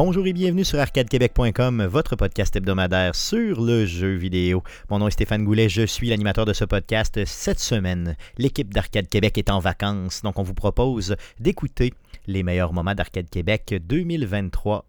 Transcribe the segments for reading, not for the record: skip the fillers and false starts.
Bonjour et bienvenue sur arcadequebec.com, votre podcast hebdomadaire sur le jeu vidéo. Mon nom est Stéphane Goulet, je suis l'animateur de ce podcast. Cette semaine, l'équipe d'Arcade Québec est en vacances, donc on vous propose d'écouter les meilleurs moments d'Arcade Québec 2023.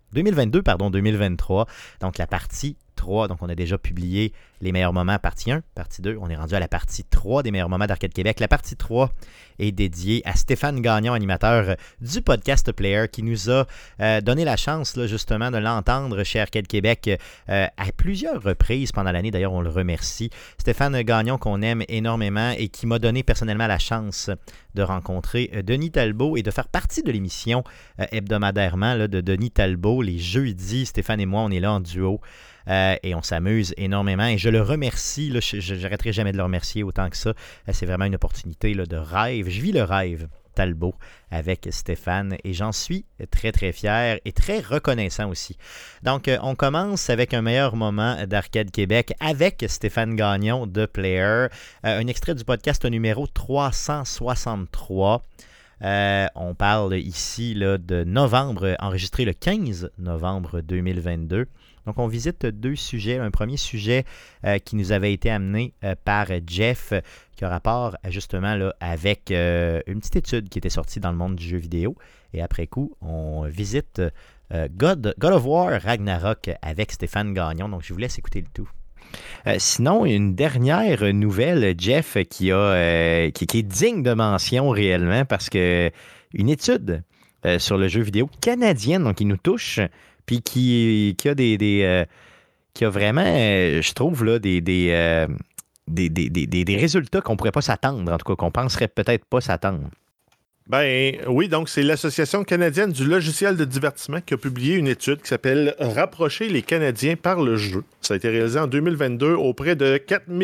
Donc la partie 3, donc on a déjà publié les meilleurs moments partie 1, partie 2, on est rendu à la partie 3 des meilleurs moments d'Arcade Québec. La partie 3 est dédiée à Stéphane Gagnon, animateur du podcast Player, qui nous a donné la chance là, justement de l'entendre chez Arcade Québec à plusieurs reprises pendant l'année. D'ailleurs, on le remercie. Stéphane Gagnon qu'on aime énormément et qui m'a donné personnellement la chance de rencontrer Denis Talbot et de faire partie de l'émission hebdomadairement là, de Denis Talbot. Les jeudis, Stéphane et moi, on est là en duo. Et on s'amuse énormément et je le remercie, là, je n'arrêterai jamais de le remercier autant que ça. C'est vraiment une opportunité là, de rêve. Je vis le rêve Talbot avec Stéphane et j'en suis très très fier et très reconnaissant aussi. Donc on commence avec un meilleur moment d'Arcade Québec avec Stéphane Gagnon de Player, un extrait du podcast numéro 363. On parle ici là, de novembre, enregistré le 15 novembre 2022. Donc, on visite deux sujets. Un premier sujet qui nous avait été amené par Jeff, qui a rapport justement là, avec une petite étude qui était sortie dans le monde du jeu vidéo. Et après coup, on visite God of War Ragnarok avec Stéphane Gagnon. Donc, je vous laisse écouter le tout. Sinon, une dernière nouvelle, Jeff, qui est digne de mention réellement parce que une étude sur le jeu vidéo canadienne, donc qui nous touche, puis qui a vraiment, je trouve, là, des résultats qu'on ne pourrait pas s'attendre, en tout cas, qu'on ne penserait peut-être pas s'attendre. Ben oui, donc c'est l'Association canadienne du logiciel de divertissement qui a publié une étude qui s'appelle « Rapprocher les Canadiens par le jeu ». Ça a été réalisé en 2022 auprès de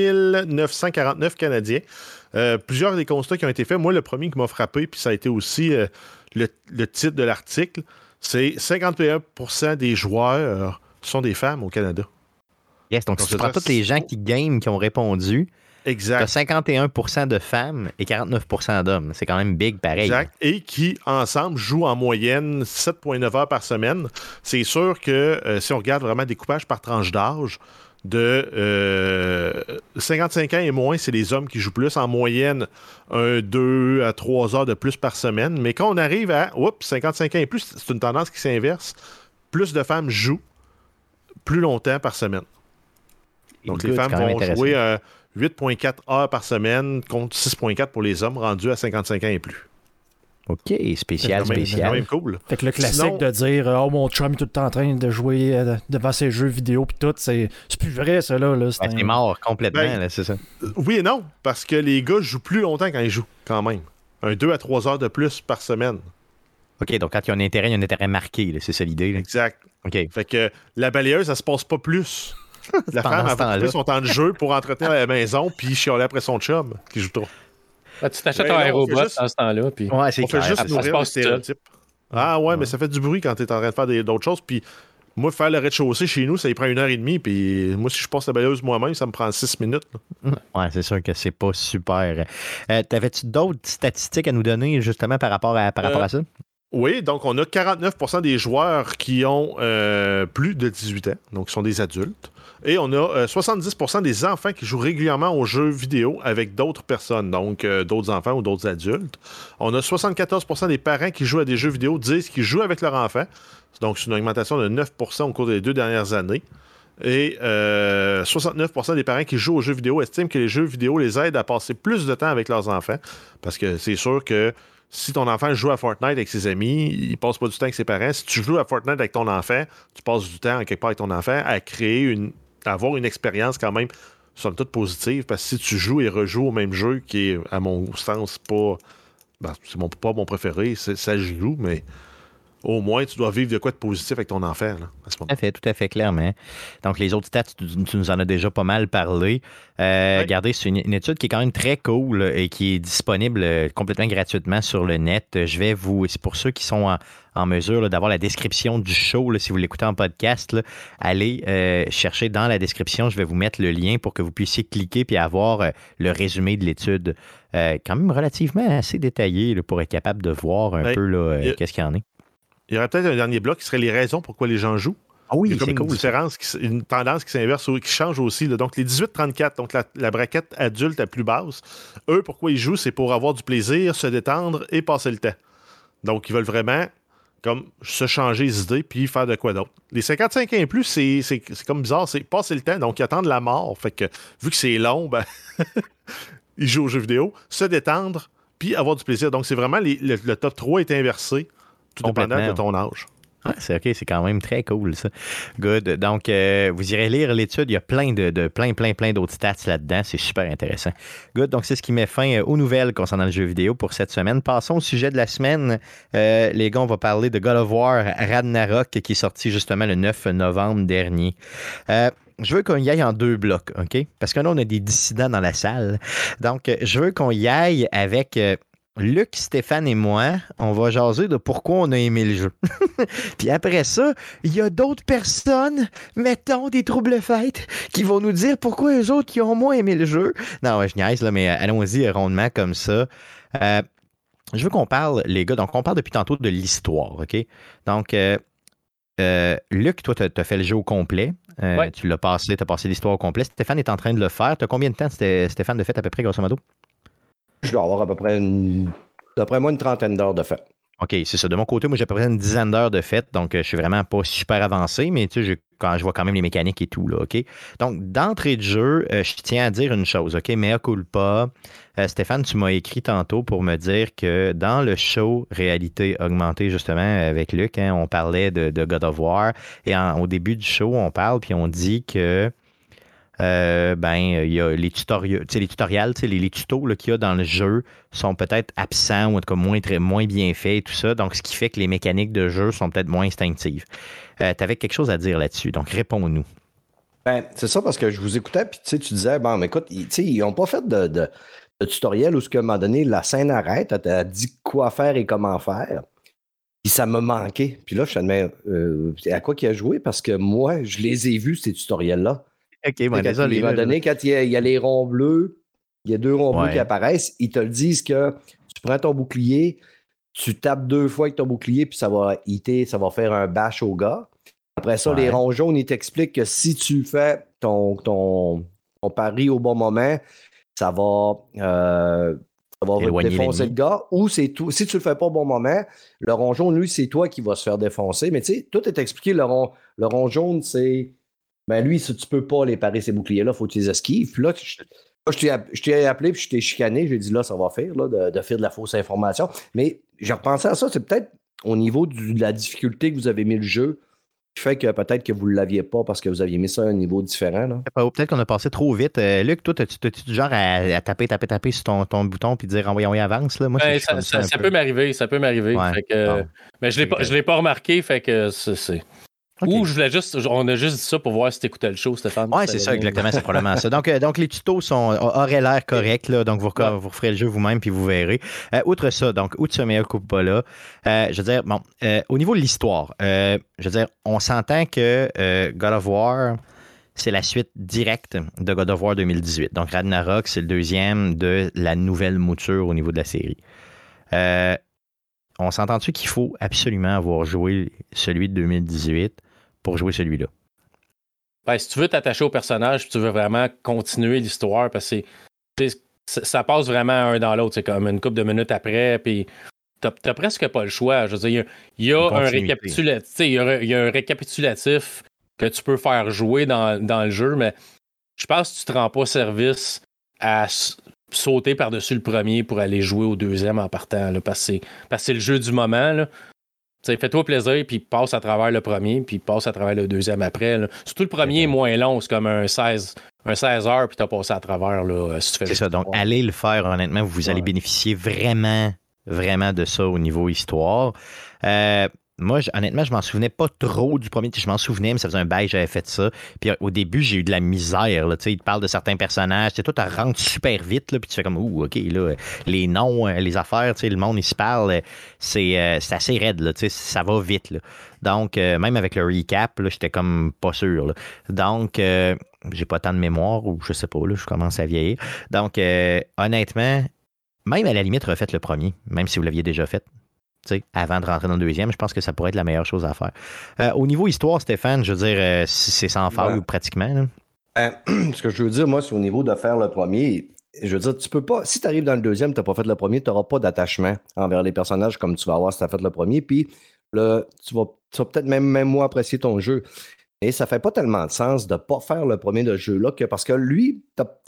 4949 Canadiens. Plusieurs des constats qui ont été faits, moi le premier qui m'a frappé, puis ça a été aussi le titre de l'article, c'est 51% des joueurs sont des femmes au Canada. Yes, donc si tu prends tous les gens qui game, qui ont répondu, exact. Tu as 51% de femmes et 49% d'hommes. C'est quand même big pareil. Exact. Et qui, ensemble, jouent en moyenne 7,9 heures par semaine. C'est sûr que si on regarde vraiment découpage par tranche d'âge, de 55 ans et moins, c'est les hommes qui jouent plus. En moyenne, 2 à 3 heures de plus par semaine. Mais quand on arrive à 55 ans et plus, c'est une tendance qui s'inverse. Plus de femmes jouent plus longtemps par semaine. Donc, les femmes vont jouer 8,4 heures par semaine contre 6,4 pour les hommes rendus à 55 ans et plus. OK, spécial. C'est quand même cool. Fait que le classique de dire « Oh, mon chum est tout le temps en train de jouer devant ses jeux vidéo pis tout », c'est plus vrai, ça, là. C'est mort complètement, là, c'est ça. Oui et non, parce que les gars jouent plus longtemps quand ils jouent, quand même. 2 à 3 heures de plus par semaine. OK, donc quand il y a un intérêt, il y a un intérêt marqué, là, c'est ça l'idée. Là. Exact. OK. Fait que la balayeuse, ça se passe pas plus. La femme a trouvé son temps de jeu pour entretenir la maison puis chialer après son chum qui joue trop. Ah, tu t'achètes un aérobot dans ce temps-là. Puis... Ouais, c'est on fait juste nourrir les stéréotypes. Ah ouais, mais ça fait du bruit quand t'es en train de faire d'autres choses. Puis moi, faire le rez-de-chaussée chez nous, ça y prend 1h30. Puis moi, si je passe la balayeuse moi-même, ça me prend 6 minutes. Là. Ouais, c'est sûr que c'est pas super. T'avais-tu d'autres statistiques à nous donner justement par rapport à ça? Oui, donc on a 49% des joueurs qui ont plus de 18 ans, donc qui sont des adultes. Et on a 70% des enfants qui jouent régulièrement aux jeux vidéo avec d'autres personnes, donc d'autres enfants ou d'autres adultes. On a 74% des parents qui jouent à des jeux vidéo disent qu'ils jouent avec leur enfant. Donc c'est une augmentation de 9% au cours des 2 dernières années. Et 69% des parents qui jouent aux jeux vidéo estiment que les jeux vidéo les aident à passer plus de temps avec leurs enfants. Parce que c'est sûr que si ton enfant joue à Fortnite avec ses amis, il passe pas du temps avec ses parents. Si tu joues à Fortnite avec ton enfant, tu passes du temps quelque part avec ton enfant à avoir une expérience quand même, somme toute positive. Parce que si tu joues et rejoues au même jeu, qui est, à mon sens, pas... Ben, c'est pas mon préféré, ça joue, mais au moins, tu dois vivre de quoi de positif avec ton enfant là, à ce moment. Tout à fait, clairement. Donc, les autres stats, tu nous en as déjà pas mal parlé. Regardez, c'est une étude qui est quand même très cool et qui est disponible complètement gratuitement sur le net. C'est pour ceux qui sont en mesure là, d'avoir la description du show, là, si vous l'écoutez en podcast, là, allez chercher dans la description. Je vais vous mettre le lien pour que vous puissiez cliquer puis avoir le résumé de l'étude. Quand même relativement assez détaillé là, pour être capable de voir un peu là, qu'est-ce qu'il y en est. il y aurait peut-être un dernier bloc qui serait les raisons pourquoi les gens jouent. Ah oui, il y a comme c'est une cool. différence, une tendance qui s'inverse, qui change aussi. Là. Donc, les 18-34, donc la braquette adulte la plus basse, eux, pourquoi ils jouent, c'est pour avoir du plaisir, se détendre et passer le temps. Donc, ils veulent vraiment comme se changer les idées puis faire de quoi d'autre. Les 55 ans et plus, c'est comme bizarre, c'est passer le temps, donc ils attendent la mort. Fait que, vu que c'est long, ben, ils jouent aux jeux vidéo, se détendre puis avoir du plaisir. Donc, c'est vraiment le top 3 est inversé, tout dépendant de ton âge. Ah, c'est OK, c'est quand même très cool, ça. Good. Donc, vous irez lire l'étude. Il y a plein d'autres stats là-dedans. C'est super intéressant. Good. Donc, c'est ce qui met fin aux nouvelles concernant le jeu vidéo pour cette semaine. Passons au sujet de la semaine. Les gars, on va parler de God of War Ragnarok qui est sorti justement le 9 novembre dernier. Je veux qu'on y aille en 2 blocs, OK? Parce que là, on a des dissidents dans la salle. Donc, je veux qu'on y aille avec... Luc, Stéphane et moi, on va jaser de pourquoi on a aimé le jeu. Puis après ça, il y a d'autres personnes, mettons des troubles-fêtes, qui vont nous dire pourquoi eux autres qui ont moins aimé le jeu. Non, je niaise, là, mais allons-y rondement comme ça. Je veux qu'on parle, les gars, donc on parle depuis tantôt de l'histoire, OK? Donc, Luc, toi, tu as fait le jeu au complet. Ouais. Tu as passé l'histoire au complet. Stéphane est en train de le faire. Tu as combien de temps, Stéphane, de fait à peu près, grosso modo? Je dois avoir à peu près d'après moi une trentaine d'heures de fait. OK, c'est ça. De mon côté, moi, j'ai à peu près une dizaine d'heures de fait, donc je suis vraiment pas super avancé, mais tu sais, quand je vois quand même les mécaniques et tout, là, OK? Donc, d'entrée de jeu, je tiens à dire une chose, OK? Mea culpa. Stéphane, tu m'as écrit tantôt pour me dire que dans le show Réalité augmentée, justement, avec Luc, hein, on parlait de God of War, et au début du show, on parle, puis on dit que il y a les tutoriels, les tutos là, qu'il y a dans le jeu sont peut-être absents ou en tout cas moins bien faits et tout ça. Donc, ce qui fait que les mécaniques de jeu sont peut-être moins instinctives. Tu avais quelque chose à dire là-dessus, donc réponds-nous. Ben, c'est ça, parce que je vous écoutais, puis tu disais, bon, mais écoute, ils n'ont pas fait de tutoriel où, à un moment donné, la scène arrête, elle t'a dit quoi faire et comment faire. Puis ça m'a manqué. Puis là, je me disais, à quoi qu'il a joué? Parce que moi, je les ai vus, ces tutoriels-là. OK, bon, désolé. À un moment donné, quand il y a les ronds bleus, il y a 2 ronds bleus qui apparaissent, ils te le disent que tu prends ton bouclier, tu tapes 2 fois avec ton bouclier, puis ça va hitter, ça va faire un bash au gars. Après ça, les ronds jaunes, ils t'expliquent que si tu fais ton pari au bon moment, ça va défoncer le gars. Ou c'est tout. Si tu le fais pas au bon moment, le rond jaune, lui, c'est toi qui vas se faire défoncer. Mais tu sais, tout est expliqué. Le rond jaune, c'est... Ben lui, si tu peux pas les parer ces boucliers-là, il faut que tu les esquives. Puis là, je t'ai appelé puis je t'ai chicané. J'ai dit là, ça va faire, là, de faire de la fausse information. Mais j'ai repensé à ça. C'est peut-être au niveau de la difficulté que vous avez mis le jeu qui fait que peut-être que vous ne l'aviez pas parce que vous aviez mis ça à un niveau différent. Là. Peut-être qu'on a passé trop vite. Luc, toi, t'as-tu du genre à taper sur ton bouton puis dire envoyez avance? Là? Moi, ça peut m'arriver. Ouais. Fait que, mais je l'ai pas remarqué, fait que c'est... Okay. Ou on a juste dit ça pour voir si t'écoutais le show, Stéphane. Oui, c'est ça, exactement, c'est probablement ça. Donc, les tutos auraient l'air corrects, là, donc vous referez le jeu vous-même puis vous verrez. Outre ça, donc, outre ce meilleur coup pas là, je veux dire, bon, au niveau de l'histoire, je veux dire, on s'entend que God of War, c'est la suite directe de God of War 2018. Donc, Ragnarok, c'est le deuxième de la nouvelle mouture au niveau de la série. On s'entend-tu qu'il faut absolument avoir joué celui de 2018 pour jouer celui-là? Ben, si tu veux t'attacher au personnage, tu veux vraiment continuer l'histoire, parce que ça passe vraiment un dans l'autre. C'est comme une couple de minutes après, puis t'as presque pas le choix. Je veux dire, il y a un récapitulatif que tu peux faire jouer dans le jeu, mais je pense que tu te rends pas service à sauter par-dessus le premier pour aller jouer au deuxième en partant, là, parce que c'est le jeu du moment, là. Fais-toi plaisir, puis passe à travers le premier, puis passe à travers le deuxième après. Là. Surtout le premier est moins long, c'est comme un 16 heures, puis t'as passé à travers. Là, si tu fais c'est ça, donc allez le faire, honnêtement, vous allez bénéficier vraiment, vraiment de ça au niveau histoire. Moi, honnêtement, je m'en souvenais pas trop du premier. Je m'en souvenais, mais ça faisait un bail, j'avais fait ça. Puis au début, j'ai eu de la misère. Là, il te parle de certains personnages. Toi, tu rentres super vite, là, puis tu fais comme, ouh, OK, là, les noms, les affaires, le monde, il se parle. C'est assez raide, là, ça va vite. Là. Donc, même avec le recap, là, j'étais comme pas sûr. Là. Donc, j'ai pas tant de mémoire, ou je sais pas, là, je commence à vieillir. Donc, honnêtement, même à la limite, refaites le premier, même si vous l'aviez déjà fait. avant de rentrer dans le deuxième. Je pense que ça pourrait être la meilleure chose à faire. Au niveau histoire, Stéphane, je veux dire, c'est sans faille pratiquement. Là. Ce que je veux dire, moi, c'est au niveau de faire le premier. Je veux dire, tu peux pas. Si tu arrives dans le deuxième, tu n'as pas fait le premier, tu n'auras pas d'attachement envers les personnages comme tu vas avoir si tu as fait le premier. Puis tu vas peut-être même moi apprécier ton jeu. Et ça fait pas tellement de sens de ne pas faire le premier de ce jeu-là parce que lui,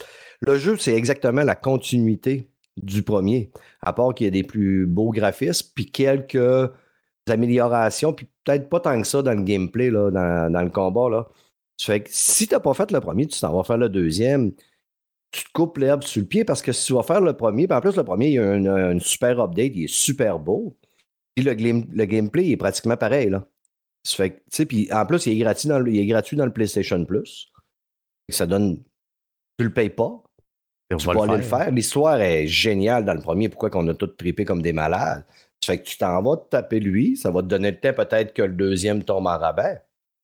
le jeu, c'est exactement la continuité du premier. À part qu'il y a des plus beaux graphismes, puis quelques améliorations, puis peut-être pas tant que ça dans le gameplay, là, dans le combat. Là. Ça fait que si tu n'as pas fait le premier, tu t'en vas faire le deuxième. Tu te coupes l'herbe sur le pied parce que si tu vas faire le premier, puis en plus, le premier, il y a une super update, il est super beau. Puis le gameplay il est pratiquement pareil. Là. Ça fait que, tu sais, puis en plus, il est gratuit dans le PlayStation Plus. Ça donne. Tu le payes pas. Tu vas aller le faire. L'histoire est géniale dans le premier. Pourquoi qu'on a tous trippé comme des malades? Ça fait que tu t'en vas te taper lui. Ça va te donner le temps peut-être que le deuxième tombe en rabais.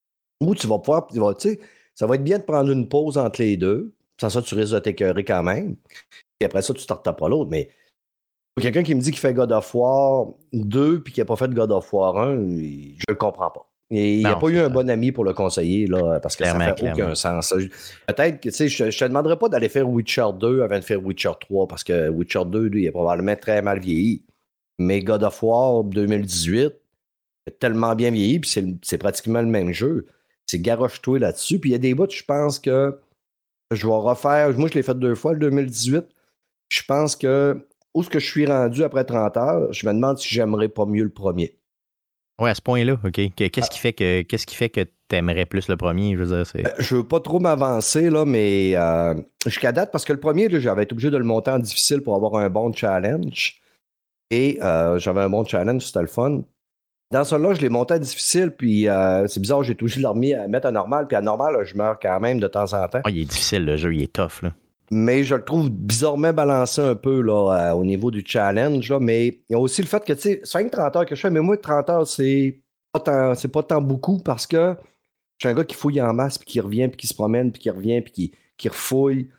Ou tu vas pouvoir. Tu sais, ça va être bien de prendre une pause entre les deux. Sans ça, tu risques de t'écœurer quand même. Et après ça, tu ne te pas l'autre. Mais quelqu'un qui me dit qu'il fait God of War 2 puis qui n'a pas fait God of War 1, je ne le comprends pas. Et il n'y a pas eu un bon ami pour le conseiller, là, parce que ça ne fait aucun sens. Peut-être que, tu sais, je ne te demanderais pas d'aller faire Witcher 2 avant de faire Witcher 3, parce que Witcher 2, lui, il est probablement très mal vieilli. Mais God of War 2018, il est tellement bien vieilli, puis c'est pratiquement le même jeu. C'est garoche-toi là-dessus. Puis il y a des bouts, je pense que je vais refaire. Moi, je l'ai fait 2 fois, le 2018. Je pense que où est-ce que je suis rendu après 30 heures, je me demande si j'aimerais pas mieux le premier. Oui, à ce point-là, OK. Qu'est-ce qui fait que tu aimerais plus le premier? Je veux dire, je veux pas trop m'avancer, là, mais jusqu'à date, parce que le premier, là, j'avais été obligé de le monter en difficile pour avoir un bon challenge. Et j'avais un bon challenge, c'était le fun. Dans celui-là, je l'ai monté en difficile, puis c'est bizarre, j'ai toujours l'ormi à mettre à normal, puis à normal, là, je meurs quand même de temps en temps. Oh, il est difficile, le jeu, il est tough, là. Mais je le trouve bizarrement balancé un peu là, au niveau du challenge. Là, mais il y a aussi le fait que, tu sais, 5-30 heures que je fais, mais moi, 30 heures, c'est pas tant beaucoup parce que je suis un gars qui fouille en masse, puis qui revient, puis qui se promène, puis qui revient, puis qui refouille.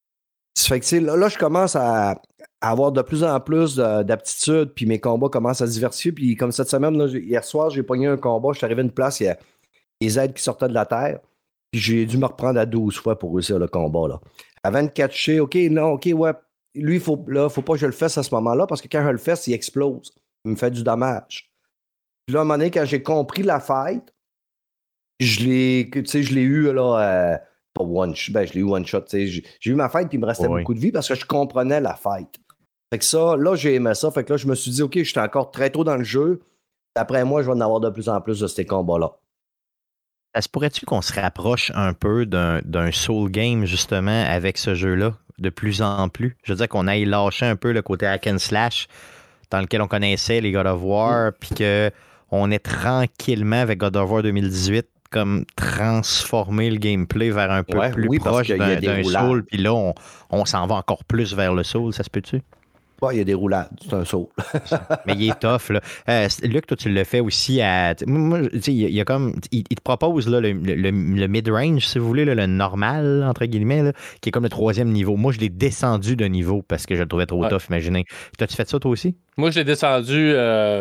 Ça fait que, tu sais, là, je commence à avoir de plus en plus d'aptitudes, puis mes combats commencent à se diversifier. Puis comme cette semaine, là, hier soir, j'ai pogné un combat, je suis arrivé à une place, il y a des aides qui sortaient de la terre, puis j'ai dû me reprendre à 12 fois pour réussir le combat, là. Avant de catcher, OK, ouais. Lui, faut pas que je le fasse à ce moment-là, parce que quand je le fais, il explose. Il me fait du dommage. Puis là, à un moment donné, quand j'ai compris la fight, je l'ai eu, là, pas one shot, je l'ai eu one shot, j'ai eu ma fight, puis il me restait beaucoup de vie, parce que je comprenais la fight. Fait que ça, là, j'ai aimé ça. Fait que là, je me suis dit, OK, j'étais encore très tôt dans le jeu. D'après moi, je vais en avoir de plus en plus de ces combats-là. Ça se pourrait-tu qu'on se rapproche un peu d'un soul game, justement, avec ce jeu-là, de plus en plus? Je veux dire qu'on aille lâcher un peu le côté hack and slash dans lequel on connaissait les God of War, puis qu'on ait tranquillement, avec God of War 2018, comme transformé le gameplay vers un peu plus proche d'un soul, puis là, on s'en va encore plus vers le soul, ça se peut-tu? Il y a des roulades, c'est un saut. Mais il est tough, là. Luc, toi, tu le fais aussi à. Moi, il y a comme. Il te propose là, le mid-range, si vous voulez, là, le normal, entre guillemets, là, qui est comme le 3e niveau. Moi, je l'ai descendu de niveau parce que je le trouvais trop tough, imaginez. T'as-tu fait ça, toi aussi? Moi, je l'ai descendu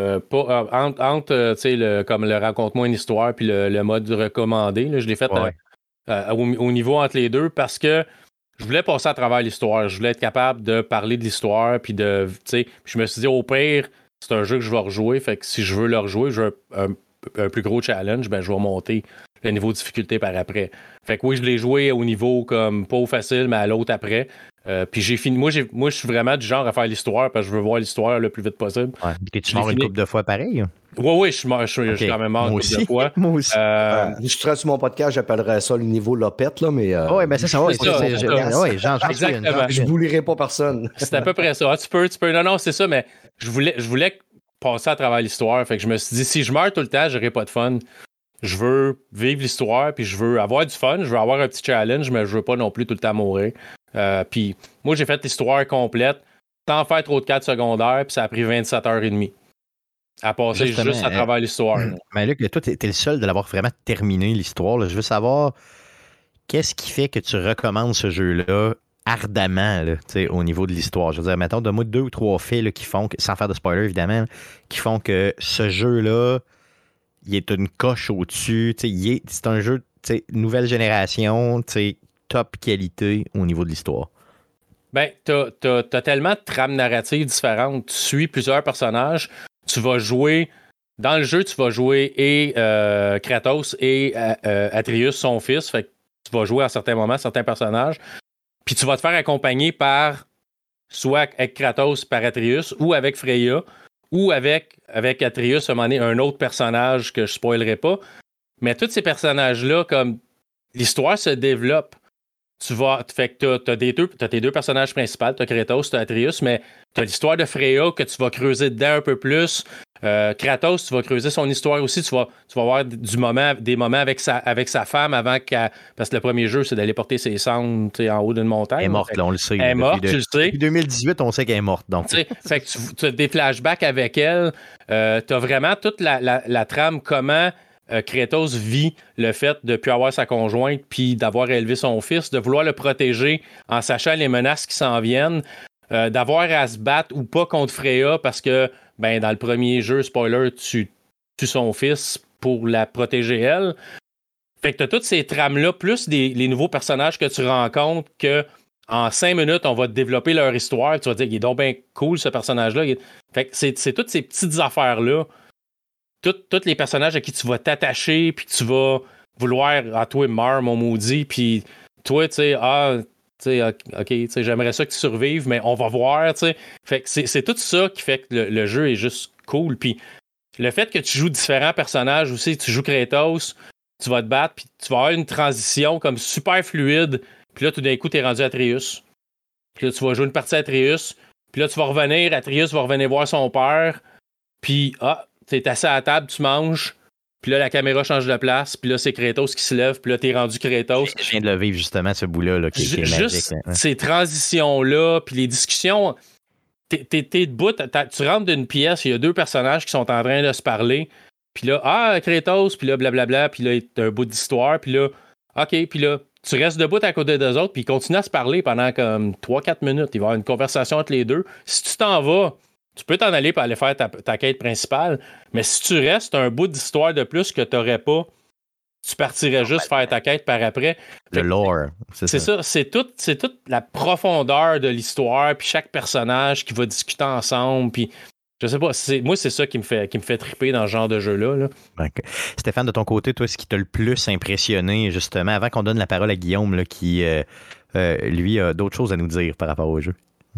entre comme le raconte-moi une histoire puis le mode recommandé. Là, je l'ai fait au niveau entre les deux parce que je voulais passer à travers l'histoire. Je voulais être capable de parler de l'histoire. Puis je me suis dit, au pire, c'est un jeu que je vais rejouer. Fait que si je veux le rejouer, je veux un plus gros challenge, ben, je vais monter le niveau de difficulté par après. Fait que oui, je l'ai joué au niveau comme pas au facile, mais à l'autre après. Puis j'ai fini. Moi, je suis vraiment du genre à faire l'histoire parce que je veux voir l'histoire le plus vite possible. Ouais. Tu mort une couple de fois pareil? Oui, je suis quand même mort une couple de fois. Moi aussi. Je serais sur mon podcast, j'appellerais ça le niveau Lopette, là, mais. Oui, ben c'est ça. Exactement. Je vous lirai pas personne. C'est à peu près ça. Ah, tu peux. Non, c'est ça, mais je voulais passer à travers l'histoire. Fait que je me suis dit, si je meurs tout le temps, j'aurai pas de fun. Je veux vivre l'histoire, puis je veux avoir du fun, je veux avoir un petit challenge, mais je veux pas non plus tout le temps mourir. Puis moi, j'ai fait l'histoire complète, sans faire trop de 4 secondaires, puis ça a pris 27h30 à passer juste à travers l'histoire. Mais Luc, toi, t'es le seul de l'avoir vraiment terminé, l'histoire. Là. Je veux savoir, qu'est-ce qui fait que tu recommandes ce jeu-là ardemment là, au niveau de l'histoire. Je veux dire, mettons, donne-moi 2 ou 3 faits là, qui font, sans faire de spoiler évidemment, là, qui font que ce jeu-là, il est une coche au-dessus. C'est un jeu nouvelle génération, top qualité au niveau de l'histoire. Ben, t'as tellement de trames narratives différentes. Tu suis plusieurs personnages. Tu vas jouer... Dans le jeu, tu vas jouer et Kratos et Atreus, son fils. Fait que tu vas jouer à certains moments certains personnages. Puis tu vas te faire accompagner par... soit avec Kratos par Atreus ou avec Freya ou avec Atreus, à un moment donné, un autre personnage que je spoilerai pas. Mais tous ces personnages-là, comme l'histoire se développe, fait que t'as tes 2 personnages principaux, t'as Kratos, t'as Atreus, mais t'as l'histoire de Freya que tu vas creuser dedans un peu plus. Kratos, tu vas creuser son histoire aussi. Tu vas avoir des moments avec sa femme avant parce que le premier jeu, c'est d'aller porter ses cendres en haut d'une montagne. Elle est morte, là, on le sait. Elle est morte, tu le sais. Depuis 2018, on sait qu'elle est morte. Donc. Fait que tu as des flashbacks avec elle. T'as vraiment toute la trame, comment Kratos vit le fait de ne plus avoir sa conjointe puis d'avoir élevé son fils, de vouloir le protéger en sachant les menaces qui s'en viennent, d'avoir à se battre ou pas contre Freya parce que dans le premier jeu, spoiler, tu tues son fils pour la protéger elle. Fait que tu as toutes ces trames-là, plus les nouveaux personnages que tu rencontres que en 5 minutes, on va développer leur histoire. Tu vas dire, il est donc bien cool ce personnage-là. Fait que c'est toutes ces petites affaires-là. Tous les personnages à qui tu vas t'attacher, puis tu vas vouloir, toi, meurs, mon maudit, puis toi, tu sais, ok, tu sais, j'aimerais ça que tu survives, mais on va voir, tu sais. Fait que c'est tout ça qui fait que le jeu est juste cool. Puis le fait que tu joues différents personnages aussi, tu joues Kratos, tu vas te battre, puis tu vas avoir une transition comme super fluide, puis là, tout d'un coup, t'es rendu Atreus. Puis là, tu vas jouer une partie Atreus, puis là, tu vas revenir, Atreus va revenir voir son père, puis t'es assis à la table, tu manges, puis là, la caméra change de place, puis là, c'est Kratos qui se lève, puis là, t'es rendu Kratos. Je viens de le vivre, justement, ce bout-là, là, qui est magique. Juste ces transitions-là, puis les discussions, t'es debout, tu rentres d'une pièce, il y a 2 personnages qui sont en train de se parler, puis là, Kratos, puis là, blablabla, puis là, t'as un bout d'histoire, puis là, OK, puis là, tu restes debout à côté des autres, puis ils continuent à se parler pendant comme 3-4 minutes. Il va y avoir une conversation entre les deux. Si tu t'en vas, tu peux t'en aller pour aller faire ta quête principale, mais si tu restes un bout d'histoire de plus que tu n'aurais pas, tu partirais juste faire ta quête par après. Le lore, c'est ça. C'est toute la profondeur de l'histoire, puis chaque personnage qui va discuter ensemble, puis je sais pas, moi c'est ça qui me fait triper dans ce genre de jeu-là. Là. Okay. Stéphane, de ton côté, toi, ce qui t'a le plus impressionné, justement, avant qu'on donne la parole à Guillaume, là, qui, lui, a d'autres choses à nous dire par rapport au jeu?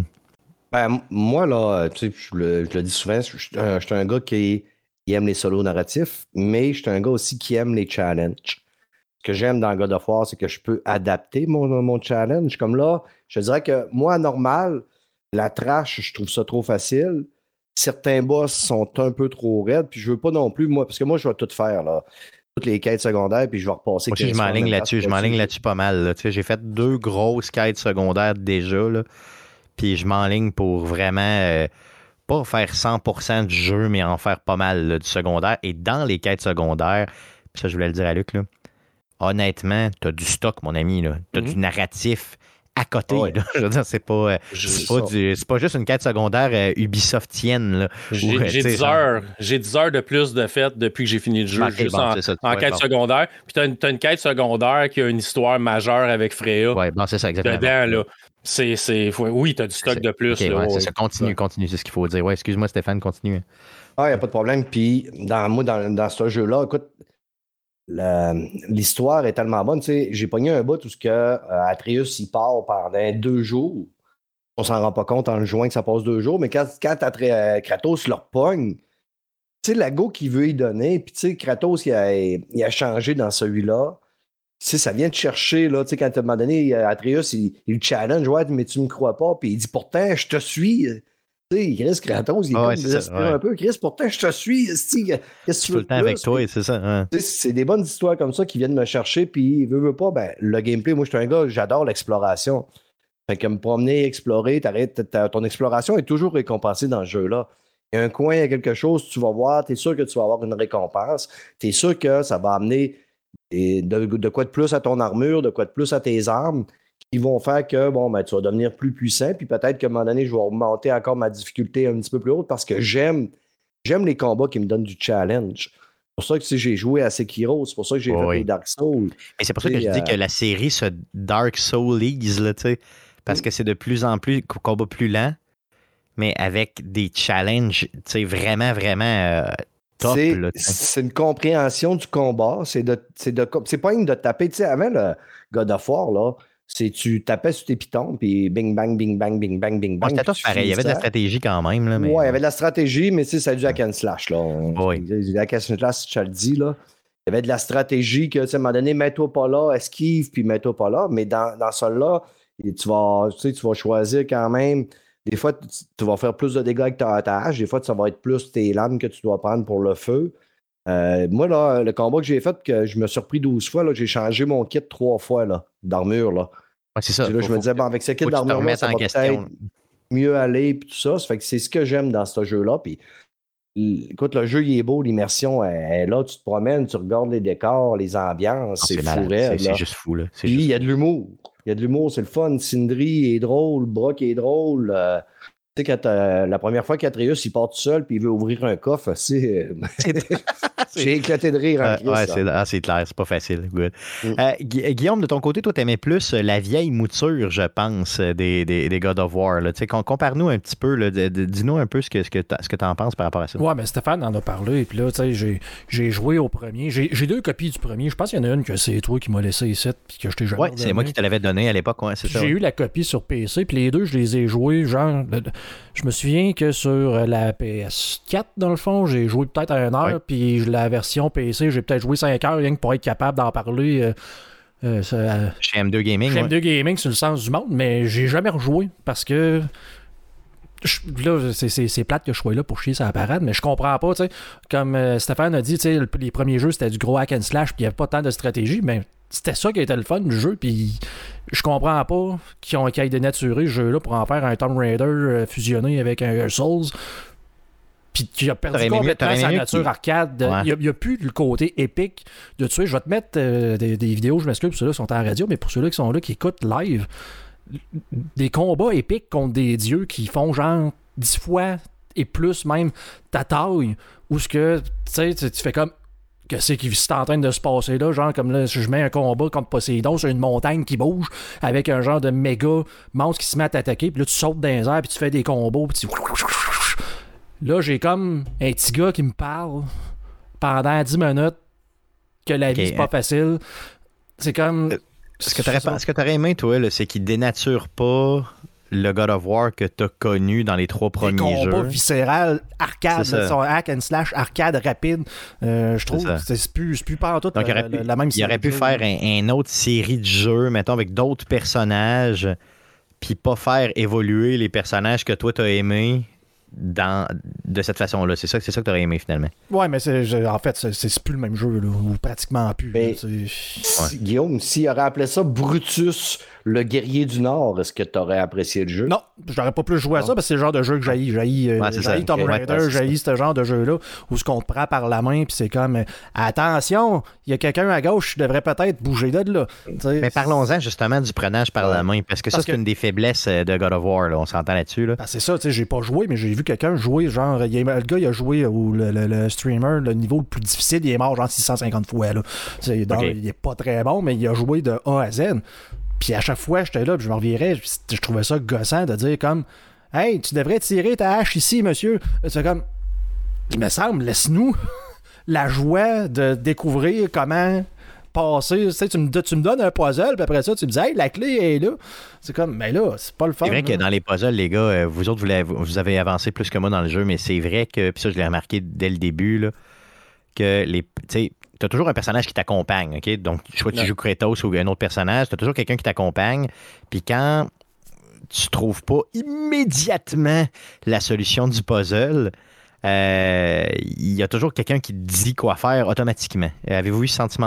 Moi, là, tu sais, je le dis souvent, je suis un gars qui aime les solos narratifs, mais je suis un gars aussi qui aime les challenges. Ce que j'aime dans God of War, c'est que je peux adapter mon challenge. Comme là, je dirais que moi, normal, la trash, je trouve ça trop facile. Certains boss sont un peu trop raides, puis je veux pas non plus, moi, parce que moi, je vais tout faire, là. Toutes les quêtes secondaires, puis je vais repasser. Moi aussi, je m'enligne là-dessus pas mal. Là. Tu sais, j'ai fait 2 grosses quêtes secondaires déjà, là. Puis je m'enligne pour vraiment pas faire 100% du jeu, mais en faire pas mal là, du secondaire. Et dans les quêtes secondaires, puis ça, je voulais le dire à Luc, là, honnêtement, t'as du stock, mon ami. Là. T'as du narratif à côté. Ouais. Là. Je veux dire, c'est pas juste une quête secondaire Ubisoftienne. Là, j'ai 10 heures de plus de fait depuis que j'ai fini le jeu. Juste en quête secondaire. Puis t'as une quête secondaire qui a une histoire majeure avec Freya. Ouais, bon, c'est ça, exactement. Dedans, là. Oui, t'as du stock de plus. Okay, là, c'est ça. Continue, c'est ce qu'il faut dire. Ouais, excuse-moi, Stéphane, continue. Ah, il n'y a pas de problème. Puis, dans ce jeu-là, écoute, l'histoire est tellement bonne. Tu sais, j'ai pogné un bout où Atreus, il part pendant 2 jours. On s'en rend pas compte en le jouant que ça passe 2 jours, mais quand Kratos le repogne, tu sais, la go qu'il veut y donner, puis tu sais, Kratos, il a changé dans celui-là. Tu sais, ça vient de chercher, là, tu sais, quand à un moment donné, Atreus, il challenge, ouais, mais tu me crois pas, puis il dit, pourtant, je te suis. Tu sais, Chris Kratos, il est comme désespéré un peu. Chris, pourtant, je te suis. Qu'est-ce que tu veux tout le temps avec toi, c'est ça. Hein. C'est des bonnes histoires comme ça qui viennent me chercher, puis veut pas, le gameplay, moi, je suis un gars, j'adore l'exploration. Fait que me promener, explorer, ton exploration est toujours récompensée dans ce jeu-là. Il y a un coin, il y a quelque chose, tu vas voir, tu es sûr que tu vas avoir une récompense. Tu es sûr que ça va amener de quoi de plus à ton armure, de quoi de plus à tes armes, qui vont faire que, bon, ben, tu vas devenir plus puissant, puis peut-être qu'à un moment donné, je vais augmenter encore ma difficulté un petit peu plus haute parce que j'aime les combats qui me donnent du challenge. C'est pour ça que j'ai joué à Sekiro, c'est pour ça que j'ai fait les Dark Souls. Et c'est pour ça que je dis que la série se Dark Soulise, là, tu sais, parce que c'est de plus en plus combat plus lent, mais avec des challenges, tu sais, vraiment, vraiment top. C'est une compréhension du combat. C'est pas une de taper. Tu sais, avant le God of War, là, tu tapais sur tes pitons, puis bing, bang, bing, bang, bing, bang, bing, bang. C'était tout pareil. Il y avait de la stratégie quand même. Là, mais... Ouais, il y avait de la stratégie, mais tu sais, c'est du hack and slash. Là. Du hack and slash, tu le dis, là. Il y avait de la stratégie que, tu sais, à un moment donné, mets-toi pas là, esquive, puis mets-toi pas là. Mais dans celle-là, tu vas choisir quand même. Des fois, tu vas faire plus de dégâts avec ta hache. Des fois, ça va être plus tes lames que tu dois prendre pour le feu. Moi, là, le combat que j'ai fait, que je me suis repris 12 fois, là, j'ai changé mon kit 3 fois là, d'armure. Là. Ouais, c'est ça. Là, je me disais, bon, avec ce kit d'armure, ça va peut-être mieux aller. Puis tout ça. Ça fait que c'est ce que j'aime dans ce jeu-là. Puis, écoute, le jeu, il est beau. L'immersion est là. Tu te promènes, tu regardes les décors, les ambiances. C'est fou. C'est juste fou. Là. Puis, il y a de l'humour. Il y a de l'humour, c'est le fun. Sindri est drôle, Brock est drôle. Tu sais, quand la première fois qu'Atreus, il part tout seul puis il veut ouvrir un coffre, j'ai éclaté de rire en Christ. C'est clair, c'est pas facile. Good. Guillaume, de ton côté, toi, t'aimais plus la vieille mouture, je pense, des God of War. Compare-nous un petit peu, là, dis-nous un peu ce que t'en penses par rapport à ça. Ouais, mais Stéphane en a parlé, puis là, tu sais, j'ai joué au premier. J'ai 2 copies du premier. Je pense qu'il y en a une que c'est toi qui m'as laissé ici, puis que je t'ai jamais donné. C'est moi qui te l'avais donné à l'époque, c'est ça. J'ai eu la copie sur PC, puis les deux, je les ai joués, genre... Je me souviens que sur la PS4, dans le fond, j'ai joué peut-être à 1 heure, puis la version PC, j'ai peut-être joué 5 heures, rien que pour être capable d'en parler. Chez M2 Gaming. Chez M2 Gaming, c'est le sens du monde, mais j'ai jamais rejoué parce que. Là, c'est plate que je sois là pour chier sur la parade, mais je comprends pas, tu sais. Comme Stéphane a dit, tu sais, les premiers jeux, c'était du gros hack and slash, puis il n'y avait pas tant de stratégie, mais c'était ça qui était le fun du jeu, puis je comprends pas qu'ils aient dénaturé ce jeu-là pour en faire un Tomb Raider fusionné avec un Souls, puis qui a perdu complètement sa nature arcade. Il n'y a plus le côté épique de tuer. Je vais te mettre des vidéos, je m'excuse pour ceux-là qui sont en radio, mais pour ceux-là qui sont là, qui écoutent live, des combats épiques contre des dieux qui font genre 10 fois et plus même ta taille, où ce que tu fais comme qu'est-ce qui est en train de se passer là, genre comme là je mets un combat contre Poséidon sur une montagne qui bouge avec un genre de méga monstre qui se met à t'attaquer, puis là tu sautes dans les airs, puis tu fais des combos, puis là j'ai comme un petit gars qui me parle pendant 10 minutes que la vie c'est pas facile. C'est comme ce que tu aurais aimé, toi, là, c'est qu'il dénature pas le God of War que tu as connu dans les 3 premiers jeux. Combat viscéral, arcade, son hack and slash, arcade rapide. Je trouve que c'est plus pas en tout la même série. Il aurait pu faire une autre série de jeux, mettons, avec d'autres personnages, puis pas faire évoluer les personnages que toi tu as aimés de cette façon-là. C'est ça que tu aurais aimé finalement. Ouais, mais en fait, c'est plus le même jeu, là, ou pratiquement plus. Mais, Guillaume, s'il aurait appelé ça Brutus, le guerrier du Nord, est-ce que tu aurais apprécié le jeu? Non, j'aurais pas plus joué à ça parce que c'est le genre de jeu que j'haïs Tomb Raider, j'haïs ce genre de jeu-là où ce qu'on te prend par la main puis c'est comme attention, il y a quelqu'un à gauche, je devrais peut-être bouger de là. Mais parlons-en justement du prenage par la main parce que c'est une des faiblesses de God of War, là, on s'entend là-dessus. Là. C'est ça, tu sais, j'ai pas joué, mais j'ai vu quelqu'un jouer, genre, le gars il a joué ou le streamer, le niveau le plus difficile, il est mort genre 650 fois. Là. Il est pas très bon, mais il a joué de A à Z. Puis à chaque fois, j'étais là, puis je me revirais, je trouvais ça gossant de dire comme « Hey, tu devrais tirer ta hache ici, monsieur. » C'est comme « Il me semble, laisse-nous la joie de découvrir comment passer. » Tu me donnes un puzzle, puis après ça, tu me dis « Hey, la clé est là. » C'est comme « Mais là, c'est pas le fun. » C'est vrai que dans les puzzles, les gars, vous autres, vous avez avancé plus que moi dans le jeu, mais c'est vrai que, puis ça, je l'ai remarqué dès le début, là, que tu as toujours un personnage qui t'accompagne, OK? Donc, soit tu joues Kratos ou un autre personnage, tu as toujours quelqu'un qui t'accompagne. Puis quand tu trouves pas immédiatement la solution du puzzle, il y a toujours quelqu'un qui te dit quoi faire automatiquement. Avez-vous eu ce sentiment-là?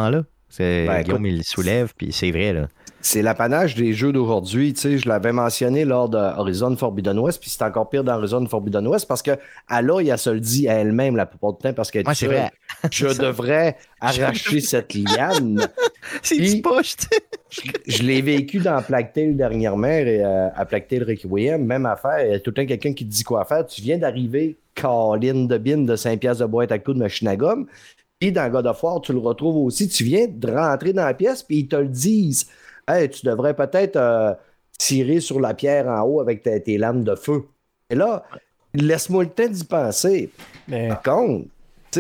Guillaume, il le soulève, puis c'est vrai, là. C'est l'apanage des jeux d'aujourd'hui. Tu sais, je l'avais mentionné lors de Horizon Forbidden West, puis c'est encore pire dans Horizon Forbidden West parce que Aloy, elle se le dit à elle-même la plupart du temps parce qu'elle dit c'est vrai. Je devrais arracher cette liane. C'est une poche, tu sais. Je l'ai vécu dans Plague Tale dernièrement et à Plague Tale Requiem, même affaire. Il y a tout le temps quelqu'un qui te dit quoi faire. Tu viens d'arriver, Caroline de Bin de 5 piastres de boîte à coups de machine à gomme. Puis dans God of War, tu le retrouves aussi. Tu viens de rentrer dans la pièce, puis ils te le disent. Hey, tu devrais peut-être tirer sur la pierre en haut avec tes lames de feu. Et là, laisse-moi le temps d'y penser. Mais... Par contre,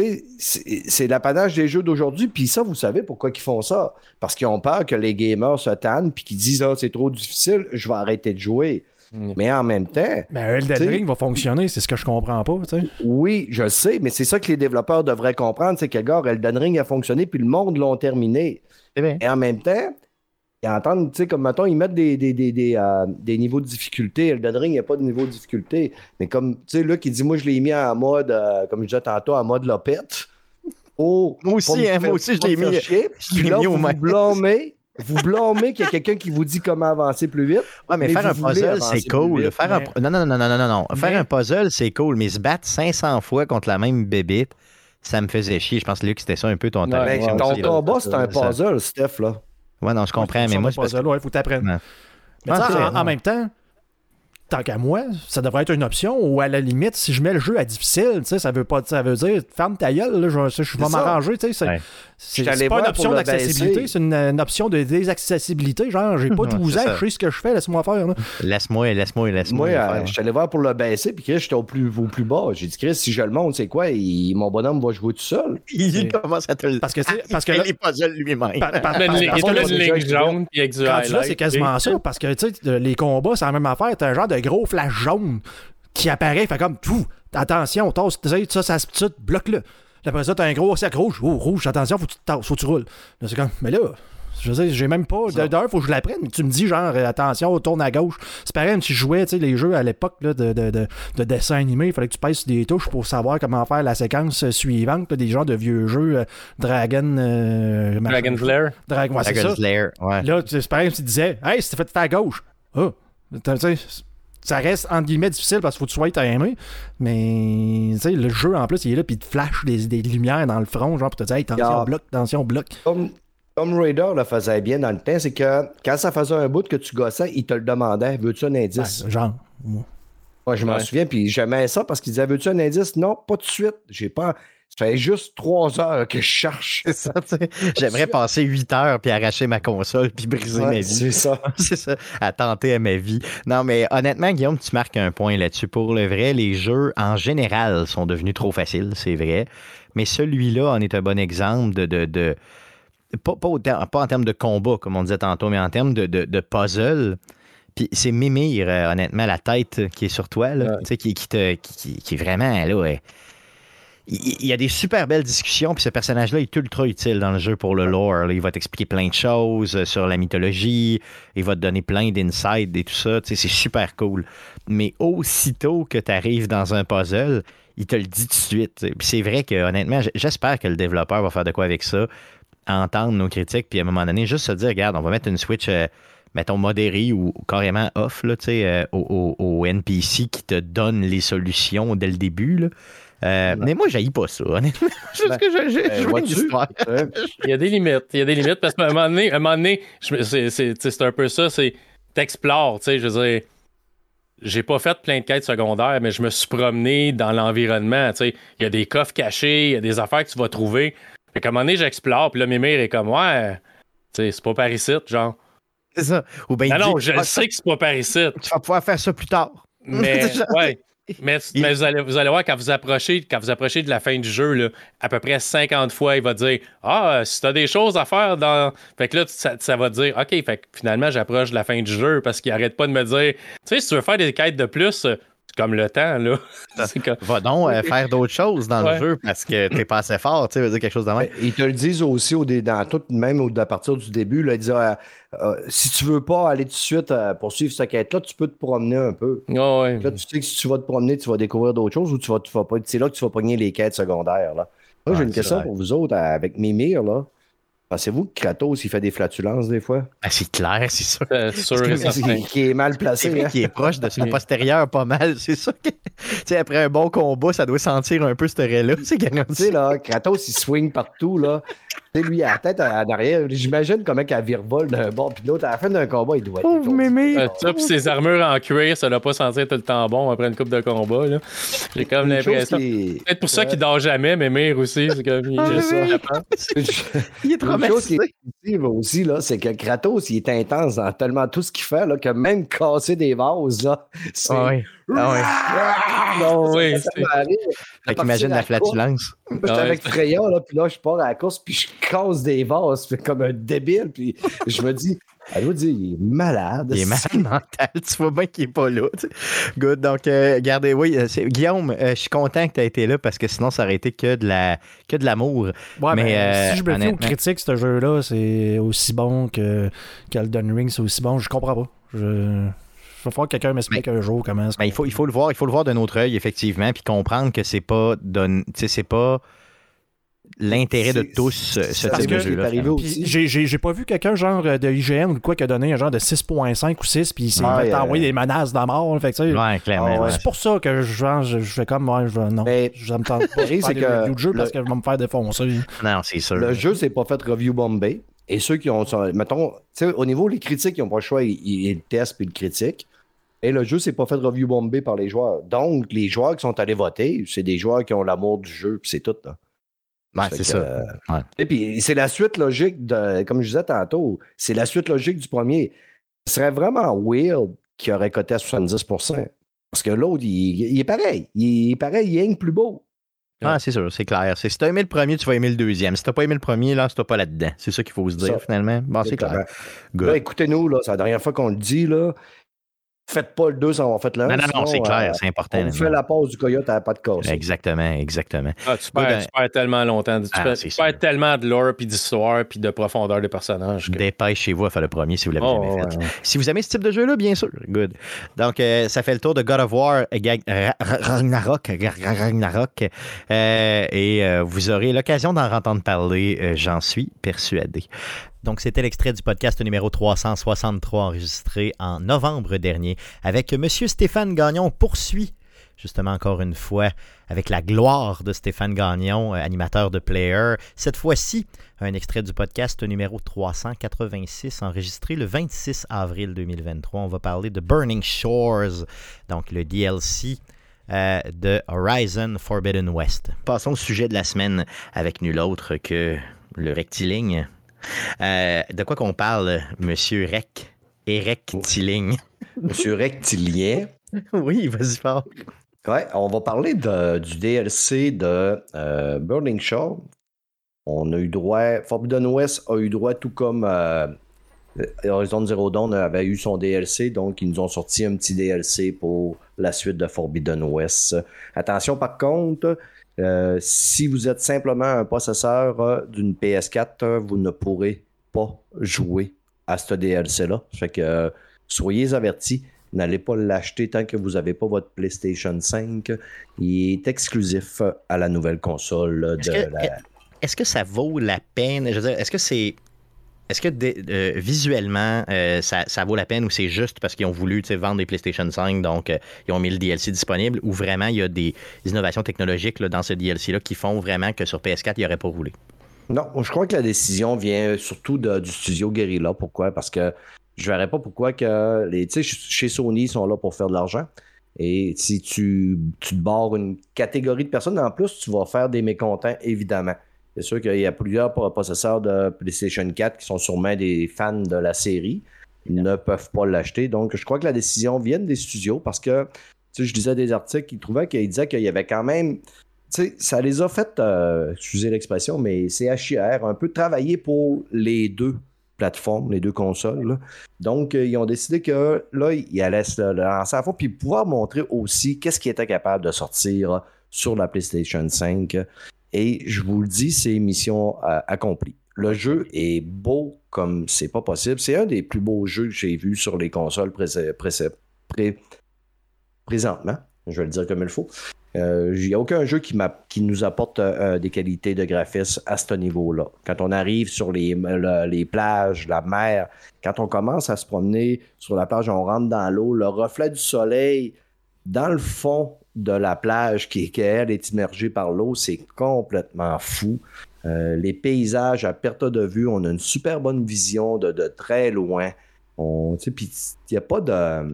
c'est l'apanage des jeux d'aujourd'hui. Puis ça, vous savez pourquoi ils font ça? Parce qu'ils ont peur que les gamers se tannent puis qu'ils disent c'est trop difficile, je vais arrêter de jouer. Mais en même temps... Elden Ring va fonctionner, c'est ce que je comprends pas. T'sais. Oui, je sais, mais c'est ça que les développeurs devraient comprendre, c'est que, gars, Elden Ring a fonctionné puis le monde l'ont terminé. Et en même temps... Ils entendent, tu sais, comme mettons, ils mettent des niveaux de difficulté. Elden Ring, il n'y a pas de niveau de difficulté. Mais comme, tu sais, là, qui dit, moi, je l'ai mis en mode, comme je disais tantôt, en mode lopette. Moi aussi, je l'ai mis. Puis là, vous blâmez qu'il y a quelqu'un qui vous dit comment avancer plus vite. Ouais, mais faire un puzzle, c'est cool. Non. Faire un puzzle, c'est cool. Mais se battre 500 fois contre la même bébite, ça me faisait chier. Je pense, Luc, c'était ça un peu ton talent. Ton combat, c'est un puzzle, Steph, là. Ouais, non, je comprends, mais moi, c'est il faut t'apprendre. Mais en même temps, tant qu'à moi, ça devrait être une option ou à la limite, si je mets le jeu à difficile, ça veut dire ferme ta gueule, là, je vais m'arranger. C'est pas une option d'accessibilité, c'est une option de désaccessibilité. Genre, j'ai pas 12 ans, je sais ce que je fais, laisse-moi faire. Là. Laisse-moi. Moi, je suis allé voir pour le baisser, puis Chris, j'étais au plus bas. J'ai dit, Chris, si je le monte, c'est quoi? Mon bonhomme va jouer tout seul. Il commence à te le... Parce que là, les puzzles lui-même. Le ligne jaune, puis avec du highlight. Là, c'est quasiment ça, parce que les combats, c'est la même affaire. T'as un genre de gros flash jaune qui apparaît, fait comme, attention, ça bloque-le. Après ça, t'as un gros cercle rouge, attention, faut que tu roules. Là, c'est comme, mais là, je veux dire, j'ai même pas. D'un, faut que je l'apprenne, mais tu me dis, genre, attention, tourne à gauche. C'est pareil, même si je jouais, les jeux à l'époque là, de dessin animé, il fallait que tu pèses sur des touches pour savoir comment faire la séquence suivante, là, des genres de vieux jeux Dragon's Lair. Dragon's Lair, ouais. Là, c'est pareil, tu disais, hey, c'est fait à gauche. Ça reste entre guillemets difficile parce qu'il faut que tu sois timé, mais le jeu en plus il est là puis il te flash des lumières dans le front genre pour te dire hey, attention bloc. Comme Raider le faisait bien dans le temps, c'est que quand ça faisait un bout que tu gossais, il te le demandait, veux-tu un indice? Moi je m'en souviens puis j'aimais ça parce qu'il disait veux-tu un indice? Non, pas tout de suite. Ça fait juste 3 heures que je cherche. C'est ça, tu sais. J'aimerais passer 8 heures puis arracher ma console puis briser ma vie. C'est ça. C'est ça, à tenter à ma vie. Non, mais honnêtement, Guillaume, tu marques un point là-dessus. Pour le vrai, les jeux, en général, sont devenus trop faciles, c'est vrai. Mais celui-là en est un bon exemple de pas en termes de combat, comme on disait tantôt, mais en termes de puzzle. Puis c'est Mimir, honnêtement, la tête qui est sur toi, là, tu sais, qui est vraiment, là, ouais. Il y a des super belles discussions, puis ce personnage-là est ultra utile dans le jeu pour le lore. Là, il va t'expliquer plein de choses sur la mythologie, il va te donner plein d'insights et tout ça. Tu sais, c'est super cool. Mais aussitôt que tu arrives dans un puzzle, il te le dit tout de suite. Puis c'est vrai que, honnêtement, j'espère que le développeur va faire de quoi avec ça, entendre nos critiques, puis à un moment donné, juste se dire, regarde, on va mettre une Switch... mettons, modéré ou carrément off là, au NPC qui te donne les solutions dès le début. Là. Mais moi, j'haïs pas ça, honnêtement. Juste que je joue une histoire. Il y a des limites, parce qu'à un moment donné c'est un peu ça, c'est t'explores, tu sais, je veux dire, j'ai pas fait plein de quêtes secondaires, mais je me suis promené dans l'environnement, tu sais, il y a des coffres cachés, il y a des affaires que tu vas trouver. Fait qu'à un moment donné, j'explore, puis là, Mimir est comme, ouais, tu sais, c'est pas par ici, genre. C'est ça. Ou ben, non, je sais que c'est pas par ici. Tu vas pouvoir faire ça plus tard. Mais, ouais. Mais vous allez voir, quand vous approchez de la fin du jeu, là, à peu près 50 fois, il va dire si t'as des choses à faire dans. Fait que là, ça va dire OK, fait que finalement, j'approche de la fin du jeu parce qu'il arrête pas de me dire tu sais, si tu veux faire des quêtes de plus, c'est comme le temps, là. Va donc faire d'autres choses dans le jeu parce que t'es pas assez fort, tu sais, veut dire quelque chose de même. Ils te le disent aussi dans tout, même à partir du début, là, ils disent si tu veux pas aller tout de suite poursuivre cette quête-là, tu peux te promener un peu. Oh, ouais. Là, tu sais que si tu vas te promener, tu vas découvrir d'autres choses ou tu vas pas. C'est là que tu vas pogner les quêtes secondaires. Là. Moi, j'ai une question pour vous autres avec Mimir. Là. Pensez-vous que Kratos, il fait des flatulences des fois? Ah, c'est clair, c'est sûr. Sûr et certain. Qui est mal C'est placé. vrai Hein? qu'il est proche de son postérieur pas mal. C'est ça que. Tu sais, après un bon combat, ça doit sentir un peu ce trait-là. C'est Tu sais, là, Kratos, il swing partout, là. Tu sais, lui, à la tête en arrière, j'imagine comment qu'elle virevole d'un bord puis de l'autre. À la fin d'un combat, il doit être. Pauvre mémé. Ça, puis ses armures en cuir, ça doit pas sentir tout le temps bon après une coupe de combat. Là. J'ai comme l'impression. Peut-être pour ça qu'il dort jamais, mais Mire aussi. C'est comme. Il est Une chose qui traumatisé. est positive aussi, là, c'est que Kratos, il est intense dans tellement tout ce qu'il fait, là, que même casser des vases, là, c'est... Ah oui. Ah oui. Non, oui, Ça m'arrive. Fait qu'imagine la flatulence. J'étais avec Freya, là, puis là, je pars à la course, puis je casse des vases, puis comme un débile, puis je me dis, elle doit dire, il est malade. Il est malade mental. Tu vois bien qu'il n'est pas là. Tu sais. Good. Donc, regardez, oui, Guillaume, je suis content que tu aies été là parce que sinon, ça aurait été que de l'amour. Ouais, mais si je me fie aux honnêtement- critiques, ce jeu-là, c'est aussi bon que Elden Ring, c'est aussi bon. Je comprends pas. Il va falloir que quelqu'un m'explique un jour comment Ben, il faut le voir. Il faut le voir d'un autre œil, effectivement, puis comprendre que c'est pas l'intérêt de C'est- tous ce parce type de que c'est jeu-là. arrivé finalement. aussi. Puis j'ai pas vu quelqu'un genre de IGN ou quoi qui a donné un genre de 6.5 ou 6 puis il s'est Ouais, fait envoyer des menaces de mort. Fait que, tu sais, Ouais, clairement. Ah ouais. ouais. c'est pour ça que je fais comme non, Mais ça me tente pas de c'est faire des que reviews de jeu parce le- que je vais me faire défoncer. Non, c'est sûr. Le jeu, c'est pas fait review bombé. Et ceux qui ont, mettons, tu sais, au niveau des critiques, ils n'ont pas le choix, ils le testent puis ils le critiquent. Et le jeu, c'est pas fait review bombé par les joueurs. Donc, les joueurs qui sont allés voter, c'est des joueurs qui ont l'amour du jeu, puis c'est tout. Là. Ouais, Fait c'est que, ça. Ouais. Et puis, c'est la suite logique de, comme je disais tantôt, c'est la suite logique du premier. Ce serait vraiment weird qu'il aurait coté à 70%. Parce que l'autre, il est pareil. Il est pareil, il est rien que plus beau. Ah, c'est sûr, c'est clair. Si t'as aimé le premier, tu vas aimer le deuxième. Si t'as pas aimé le premier, là, c'est pas là-dedans. C'est ça qu'il faut se dire, Ça. finalement. Bon, c'est clair. Good. Là, écoutez-nous, là, c'est la dernière fois qu'on le dit, là. Faites pas le 2 sans avoir fait le 1. Non, c'est clair, c'est important. On fait la pause du coyote à la patte cassée. Exactement. Ah, tu perds tellement longtemps. Tu c'est perds sûr. tellement de lore, puis d'histoire, puis de profondeur des personnages. que- Dépêchez-vous à faire le premier si vous l'avez Oh, jamais fait. ouais. Si vous aimez ce type de jeu-là, bien sûr. Good. Donc, ça fait le tour de God of War Ragnarok. Et vous aurez l'occasion d'en entendre parler, j'en suis persuadé. Donc, c'était l'extrait du podcast numéro 363 enregistré en novembre dernier avec M. Stéphane Gagnon. On poursuit justement encore une fois avec la gloire de Stéphane Gagnon, animateur de Player. Cette fois-ci, un extrait du podcast numéro 386 enregistré le 26 avril 2023. On va parler de Burning Shores, donc le DLC de Horizon Forbidden West. Passons au sujet de la semaine avec nul autre que le rectiligne. De quoi qu'on parle, Monsieur Rec? Rectiligne. Monsieur Rectilien. Oui, vas-y fort. Ouais, on va parler du DLC de Burning Shore. On a eu droit, Forbidden West a eu droit, tout comme Horizon Zero Dawn avait eu son DLC, donc ils nous ont sorti un petit DLC pour la suite de Forbidden West. Attention par contre, si vous êtes simplement un possesseur d'une PS4, vous ne pourrez pas jouer à ce DLC-là. Fait que soyez avertis. N'allez pas l'acheter tant que vous n'avez pas votre PlayStation 5. Il est exclusif à la nouvelle console. Est-ce que ça vaut la peine? Je veux dire, est-ce que visuellement, ça vaut la peine ou c'est juste parce qu'ils ont voulu vendre des PlayStation 5, donc ils ont mis le DLC disponible, ou vraiment il y a des innovations technologiques là, dans ce DLC-là qui font vraiment que sur PS4, il n'aurait pas roulé? Non, je crois que la décision vient surtout du studio Guerrilla. Pourquoi? Parce que je ne verrais pas pourquoi que chez Sony, ils sont là pour faire de l'argent. Et si tu te barres une catégorie de personnes, en plus, tu vas faire des mécontents, évidemment. C'est sûr qu'il y a plusieurs possesseurs de PlayStation 4 qui sont sûrement des fans de la série. Ils ne peuvent pas l'acheter. Donc, je crois que la décision vient des studios parce que, je lisais des articles qu'ils disaient qu'il y avait quand même... ça les a fait, excusez l'expression, mais c'est HR, un peu travailler pour les deux plateformes, les deux consoles. Là. Donc, ils ont décidé que là, ils allaient se lancer à fond puis pouvoir montrer aussi qu'est-ce qu'ils étaient capables de sortir sur la PlayStation 5. Et je vous le dis, c'est mission accomplie. Le jeu est beau comme c'est pas possible. C'est un des plus beaux jeux que j'ai vus sur les consoles présentement. Je vais le dire comme il faut. Il n'y a aucun jeu qui nous apporte des qualités de graphisme à ce niveau-là. Quand on arrive sur les plages, la mer, quand on commence à se promener sur la plage, on rentre dans l'eau, le reflet du soleil dans le fond de la plage qui elle est immergée par l'eau, c'est complètement fou. Les paysages à perte de vue, on a une super bonne vision de très loin. Puis il n'y a pas de...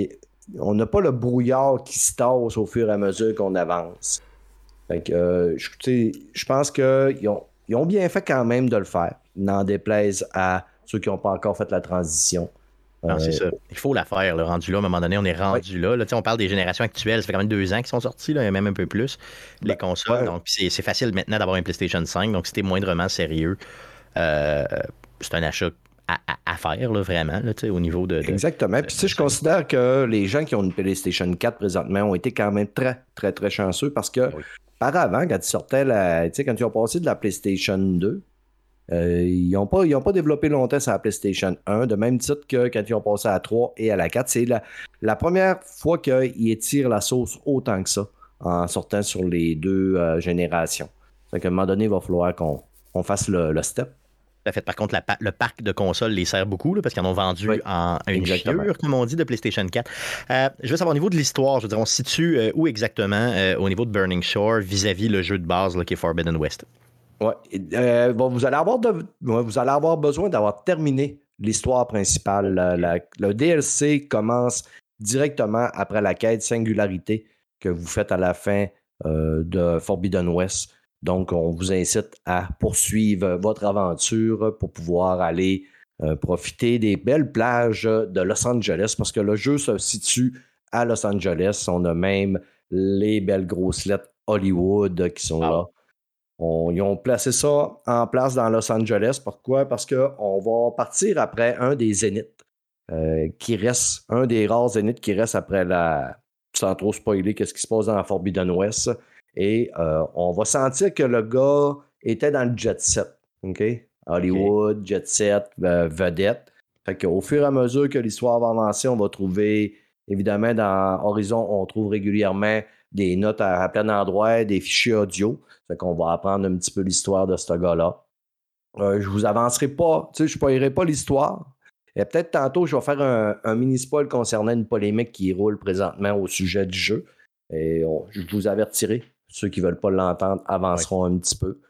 On n'a pas le brouillard qui se tasse au fur et à mesure qu'on avance. Fait que, je pense qu'ils ont bien fait quand même de le faire, n'en déplaise à ceux qui n'ont pas encore fait la transition. Non, c'est ça. Il faut la faire, le rendu là. À un moment donné, on est rendu là. On parle des générations actuelles. Ça fait quand même 2 ans qu'ils sont sortis, là, même un peu plus, les consoles. Ouais. Donc, c'est facile maintenant d'avoir une PlayStation 5. Donc, si t'es moindrement sérieux, c'est un achat à faire, là, vraiment, là, au niveau de... Exactement. Puis, je considère que les gens qui ont une PlayStation 4 présentement ont été quand même très, très, très chanceux parce que, par avant, quand ils sortaient, quand ils ont passé de la PlayStation 2, ils n'ont pas développé longtemps sur la PlayStation 1, de même titre que quand ils ont passé à la 3 et à la 4. C'est la première fois qu'ils étirent la sauce autant que ça en sortant sur les 2 générations. Fait qu'à un moment donné, il va falloir qu'on fasse le step. Fait, par contre, le parc de consoles les sert beaucoup, là, parce qu'ils en ont vendu en une chiure, comme on dit, de PlayStation 4. Je veux savoir, au niveau de l'histoire, je veux dire, on se situe où exactement au niveau de Burning Shore vis-à-vis le jeu de base là, qui est Forbidden West? Ouais. Vous allez avoir besoin d'avoir terminé l'histoire principale. Le DLC commence directement après la quête Singularité que vous faites à la fin de Forbidden West. Donc, on vous incite à poursuivre votre aventure pour pouvoir aller profiter des belles plages de Los Angeles parce que le jeu se situe à Los Angeles. On a même les belles grosses lettres Hollywood qui sont là. Ils ont placé ça en place dans Los Angeles. Pourquoi? Parce qu'on va partir après un des zéniths qui reste, un des rares zéniths qui reste après sans trop spoiler qu'est-ce qui se passe dans la Forbidden West. Et on va sentir que le gars était dans le jet set. OK? Hollywood, jet set, vedette. Fait qu'au fur et à mesure que l'histoire va avancer, on va trouver, évidemment, dans Horizon, on trouve régulièrement des notes à plein endroit, des fichiers audio. Fait qu'on va apprendre un petit peu l'histoire de ce gars-là. Je vous avancerai pas, je ne spoilerai pas l'histoire. Et peut-être tantôt, je vais faire un mini-spoil concernant une polémique qui roule présentement au sujet du jeu. Et je vous avertirai. Ceux qui ne veulent pas l'entendre avanceront un petit peu.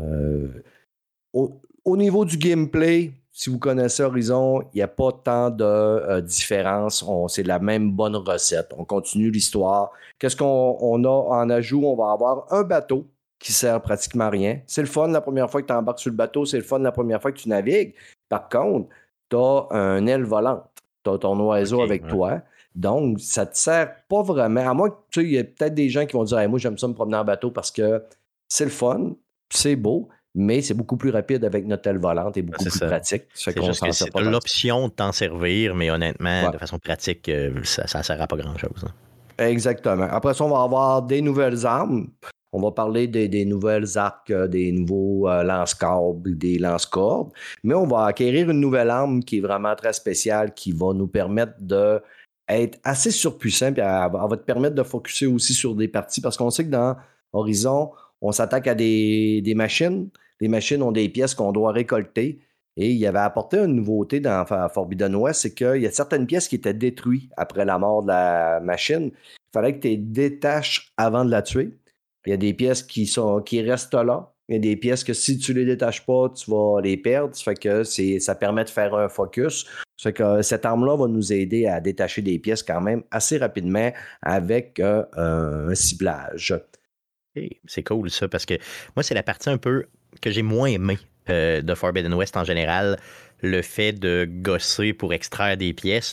Au niveau du gameplay, si vous connaissez Horizon, il n'y a pas tant de différence. C'est la même bonne recette. On continue l'histoire. Qu'est-ce qu'on a en ajout? On va avoir un bateau qui sert pratiquement à rien. C'est le fun la première fois que tu embarques sur le bateau. C'est le fun la première fois que tu navigues. Par contre, tu as un aile volante. Tu as ton oiseau avec toi. Donc, ça ne te sert pas vraiment. À moins que, il y a peut-être des gens qui vont dire hey, moi, j'aime ça me promener en bateau parce que c'est le fun, c'est beau, mais c'est beaucoup plus rapide avec notre aile volante et beaucoup plus pratique. C'est juste que c'est l'option de t'en servir, mais honnêtement, de façon pratique, ça ne sert à pas grand-chose. Hein. Exactement. Après ça, on va avoir des nouvelles armes. On va parler des nouvelles arcs, des nouveaux lance-câbles, des lance-cordes. Mais on va acquérir une nouvelle arme qui est vraiment très spéciale, qui va nous permettre de être assez surpuissant, puis elle va te permettre de focusser aussi sur des parties, parce qu'on sait que dans Horizon, on s'attaque à des machines. Les machines ont des pièces qu'on doit récolter. Et il y avait apporté une nouveauté dans Forbidden West, c'est qu'il y a certaines pièces qui étaient détruites après la mort de la machine. Il fallait que tu les détaches avant de la tuer. Il y a des pièces qui restent là. Il y a des pièces que si tu les détaches pas, tu vas les perdre. Ça fait que ça permet de faire un focus. Ça fait que cette arme-là va nous aider à détacher des pièces quand même assez rapidement avec un ciblage. Okay. C'est cool ça, parce que moi, c'est la partie un peu que j'ai moins aimée de Forbidden West en général. Le fait de gosser pour extraire des pièces.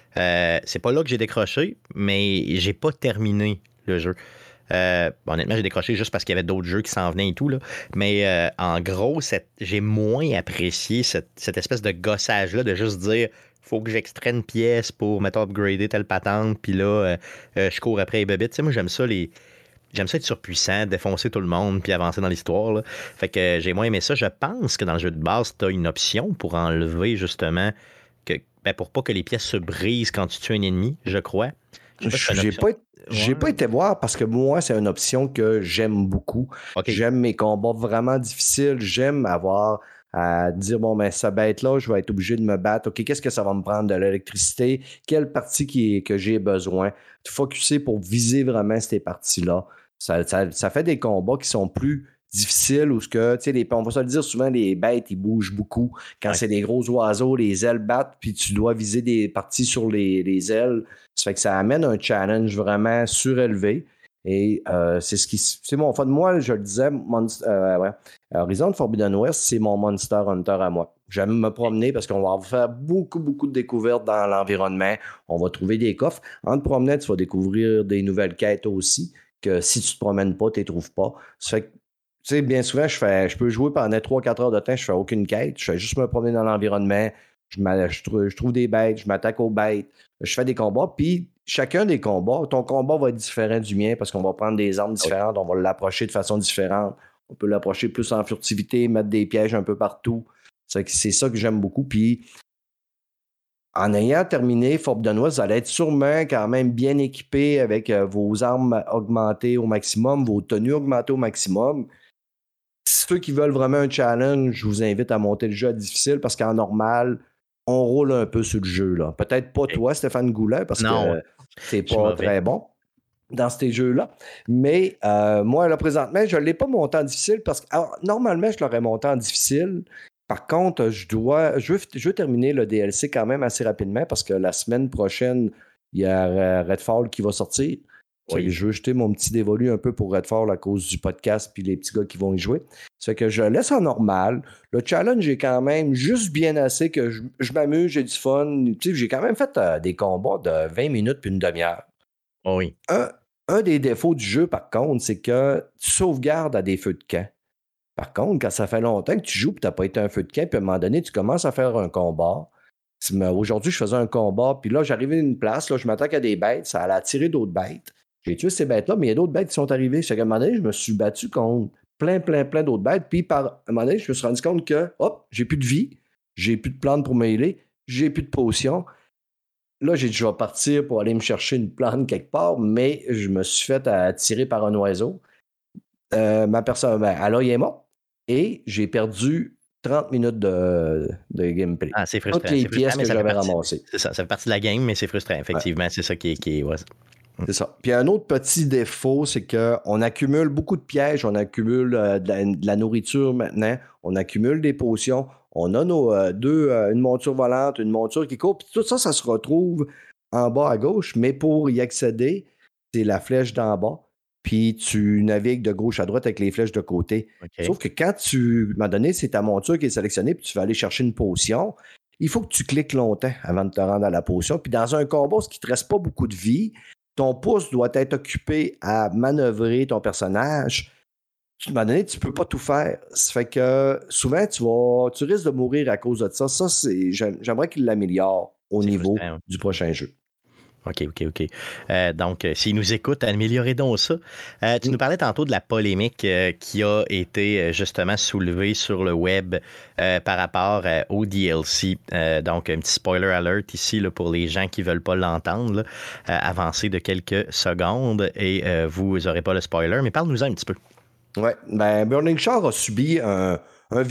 Là. C'est pas là que j'ai décroché, mais j'ai pas terminé le jeu. Honnêtement, j'ai décroché juste parce qu'il y avait d'autres jeux qui s'en venaient et tout. Là. Mais en gros, j'ai moins apprécié cette espèce de gossage-là, de juste dire faut que j'extrais une pièce pour, mettons, upgrader telle patente, puis là, je cours après les bébites. Tu sais, moi, j'aime ça être surpuissant, défoncer tout le monde, puis avancer dans l'histoire. Là. Fait que j'ai moins aimé ça. Je pense que dans le jeu de base, tu as une option pour enlever, justement, pour pas que les pièces se brisent quand tu tues un ennemi, je crois. J'ai pas été voir parce que moi, c'est une option que j'aime beaucoup. Okay. J'aime mes combats vraiment difficiles. J'aime avoir à dire, bon, ben, ça bête-là, je vais être obligé de me battre. OK, qu'est-ce que ça va me prendre? De l'électricité? Quelle partie que j'ai besoin? De focusser pour viser vraiment ces parties-là. Ça fait des combats qui sont plus difficiles où que, tu sais, on va se le dire souvent, les bêtes, ils bougent beaucoup. Quand c'est des gros oiseaux, les ailes battent, puis tu dois viser des parties sur les ailes. Ça fait que ça amène un challenge vraiment surélevé. Et c'est ce qui. C'est mon fun. Moi, je le disais, Horizon Forbidden West, c'est mon Monster Hunter à moi. J'aime me promener parce qu'on va faire beaucoup, beaucoup de découvertes dans l'environnement. On va trouver des coffres. En te promenant, tu vas découvrir des nouvelles quêtes aussi, que si tu te promènes pas, tu les trouves pas. Ça fait que, tu sais, bien souvent, je peux jouer pendant 3-4 heures de temps, je fais aucune quête. Je fais juste me promener dans l'environnement. Je trouve des bêtes, je m'attaque aux bêtes, je fais des combats, puis chacun des combats, ton combat va être différent du mien parce qu'on va prendre des armes différentes, on va l'approcher de façon différente. On peut l'approcher plus en furtivité, mettre des pièges un peu partout. C'est ça que j'aime beaucoup. Puis, en ayant terminé Forbidden West, vous allez être sûrement quand même bien équipé avec vos armes augmentées au maximum, vos tenues augmentées au maximum. Ceux qui veulent vraiment un challenge, je vous invite à monter le jeu à difficile parce qu'en normal, on roule un peu sur le jeu. Là. Peut-être pas toi, Stéphane Goulet, parce que c'est pas très bon dans ces jeux-là. Mais moi, là, présentement, je ne l'ai pas monté en difficile parce que normalement, je l'aurais monté en difficile. Par contre, je veux terminer le DLC quand même assez rapidement parce que la semaine prochaine, il y a Redfall qui va sortir. Oui. Je veux jeter mon petit dévolu un peu pour Redfall à cause du podcast puis les petits gars qui vont y jouer. Ça fait que je laisse en normal. Le challenge est quand même juste bien assez que je m'amuse, j'ai du fun. Tu sais, j'ai quand même fait des combats de 20 minutes puis une demi-heure. Oh oui. Un des défauts du jeu, par contre, c'est que tu sauvegardes à des feux de camp. Par contre, quand ça fait longtemps que tu joues et tu n'as pas été un feu de camp, puis à un moment donné, tu commences à faire un combat. Aujourd'hui, je faisais un combat, puis là, j'arrivais à une place, là, je m'attaque à des bêtes, ça allait attirer d'autres bêtes. J'ai tué ces bêtes-là, mais il y a d'autres bêtes qui sont arrivées. À un moment donné, je me suis battu contre plein d'autres bêtes. Puis, à un moment donné, je me suis rendu compte que, j'ai plus de vie, j'ai plus de plantes pour m'aider, j'ai plus de potions. Là, j'ai dit, je vais partir pour aller me chercher une plante quelque part, mais je me suis fait attirer par un oiseau. Ma personne, elle est morte. Et j'ai perdu 30 minutes de gameplay. Ah, c'est frustrant. Toutes les pièces que j'avais ramassées. C'est ça fait partie de la game, mais c'est frustrant, effectivement. Ouais. C'est ça qui est C'est ça. Puis un autre petit défaut, c'est qu'on accumule beaucoup de pièges, on accumule de la nourriture maintenant, on accumule des potions, on a une monture volante, une monture qui court, puis tout ça, ça se retrouve en bas à gauche, mais pour y accéder, c'est la flèche d'en bas, puis tu navigues de gauche à droite avec les flèches de côté. Okay. Sauf que quand à un moment donné, c'est ta monture qui est sélectionnée, puis tu vas aller chercher une potion, il faut que tu cliques longtemps avant de te rendre à la potion. Puis dans un combat, ce qui ne te reste pas beaucoup de vie, ton pouce doit être occupé à manœuvrer ton personnage. À un moment donné, tu ne peux pas tout faire. Ça fait que souvent, tu risques de mourir à cause de ça. Ça, j'aimerais qu'il l'améliore au niveau du prochain jeu. OK. Donc, s'ils nous écoutent, améliorez donc ça. Tu nous parlais tantôt de la polémique qui a été justement soulevée sur le web par rapport au DLC. Donc, un petit spoiler alert ici là, pour les gens qui ne veulent pas l'entendre, avancer de quelques secondes et vous n'aurez pas le spoiler, mais parle-nous-en un petit peu. Oui, Burning Shore a subi un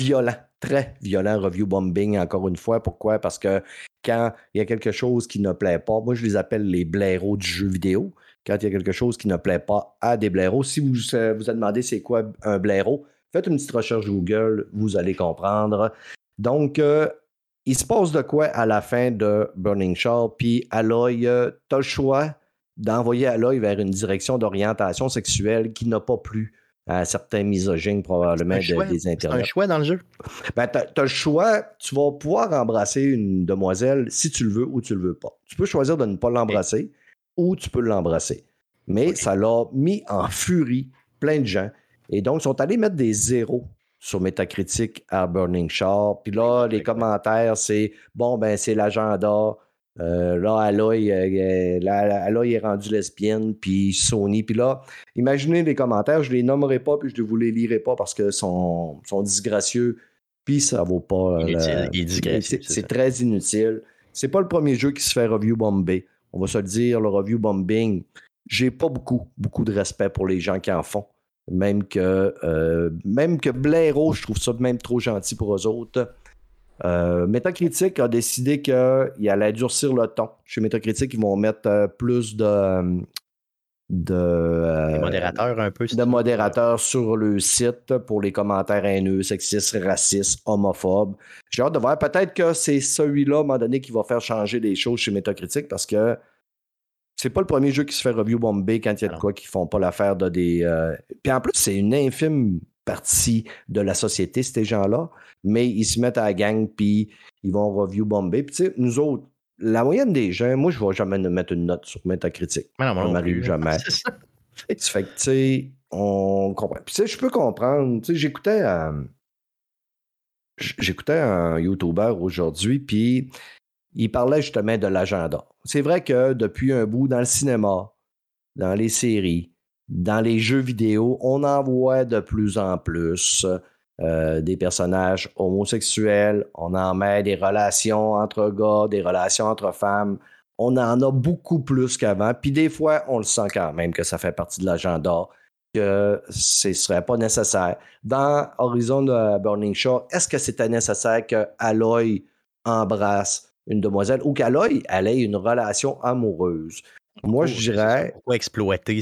très violent review bombing, encore une fois. Pourquoi? Parce que quand il y a quelque chose qui ne plaît pas, moi je les appelle les blaireaux du jeu vidéo. Quand il y a quelque chose qui ne plaît pas à des blaireaux, si vous vous demandez c'est quoi un blaireau, faites une petite recherche Google, vous allez comprendre. Donc, il se passe de quoi à la fin de Burning Shore, puis Aloy, tu as le choix d'envoyer Aloy vers une direction d'orientation sexuelle qui n'a pas plu à certains misogynes, probablement des internautes. C'est un choix dans le jeu? Tu as le choix. Tu vas pouvoir embrasser une demoiselle si tu le veux ou tu le veux pas. Tu peux choisir de ne pas l'embrasser ou tu peux l'embrasser. Mais ça l'a mis en furie plein de gens. Et donc, ils sont allés mettre des zéros sur Metacritic à Burning Shore. Puis là, les commentaires, c'est c'est l'agenda. Là, Aloy est rendue lesbienne, puis Sony. Puis là, imaginez les commentaires, je les nommerai pas, puis je ne vous les lirai pas parce que sont disgracieux, puis ça vaut pas... Inutile, disgracieux. C'est très inutile. C'est pas le premier jeu qui se fait review bombé. on va se le dire, le review bombing, j'ai pas beaucoup de respect pour les gens qui en font. Même que Blaireau, je trouve ça même trop gentil pour eux autres. Metacritic a décidé qu'il allait durcir le ton. Chez Metacritic, ils vont mettre plus de modérateurs un peu. De modérateurs sur le site pour les commentaires haineux, sexistes, racistes, homophobes. J'ai hâte de voir. Peut-être que c'est celui-là, à un moment donné, qui va faire changer les choses chez Metacritic parce que c'est pas le premier jeu qui se fait review bomber quand il y a de quoi qui font pas l'affaire de des... Puis en plus, c'est une infime partie de la société, ces gens-là, mais ils se mettent à la gang puis ils vont review bomber. Puis tu sais, nous autres, la moyenne des gens, moi, je ne vais jamais mettre une note sur Metacritic. Ça ne m'arrive jamais. Ça fait que, tu sais, on comprend. Puis, tu sais, je peux comprendre. Tu sais, j'écoutais un YouTuber aujourd'hui, puis il parlait justement de l'agenda. C'est vrai que depuis un bout, dans le cinéma, dans les séries, dans les jeux vidéo, on en voit de plus en plus des personnages homosexuels, on en met des relations entre gars, des relations entre femmes. On en a beaucoup plus qu'avant. Puis des fois, on le sent quand même que ça fait partie de l'agenda, que ce ne serait pas nécessaire. Dans Horizon de Burning Shore, est-ce que c'était nécessaire que Aloy embrasse une demoiselle ou qu'Aloy elle ait une relation amoureuse? Moi, je dirais... Pourquoi exploiter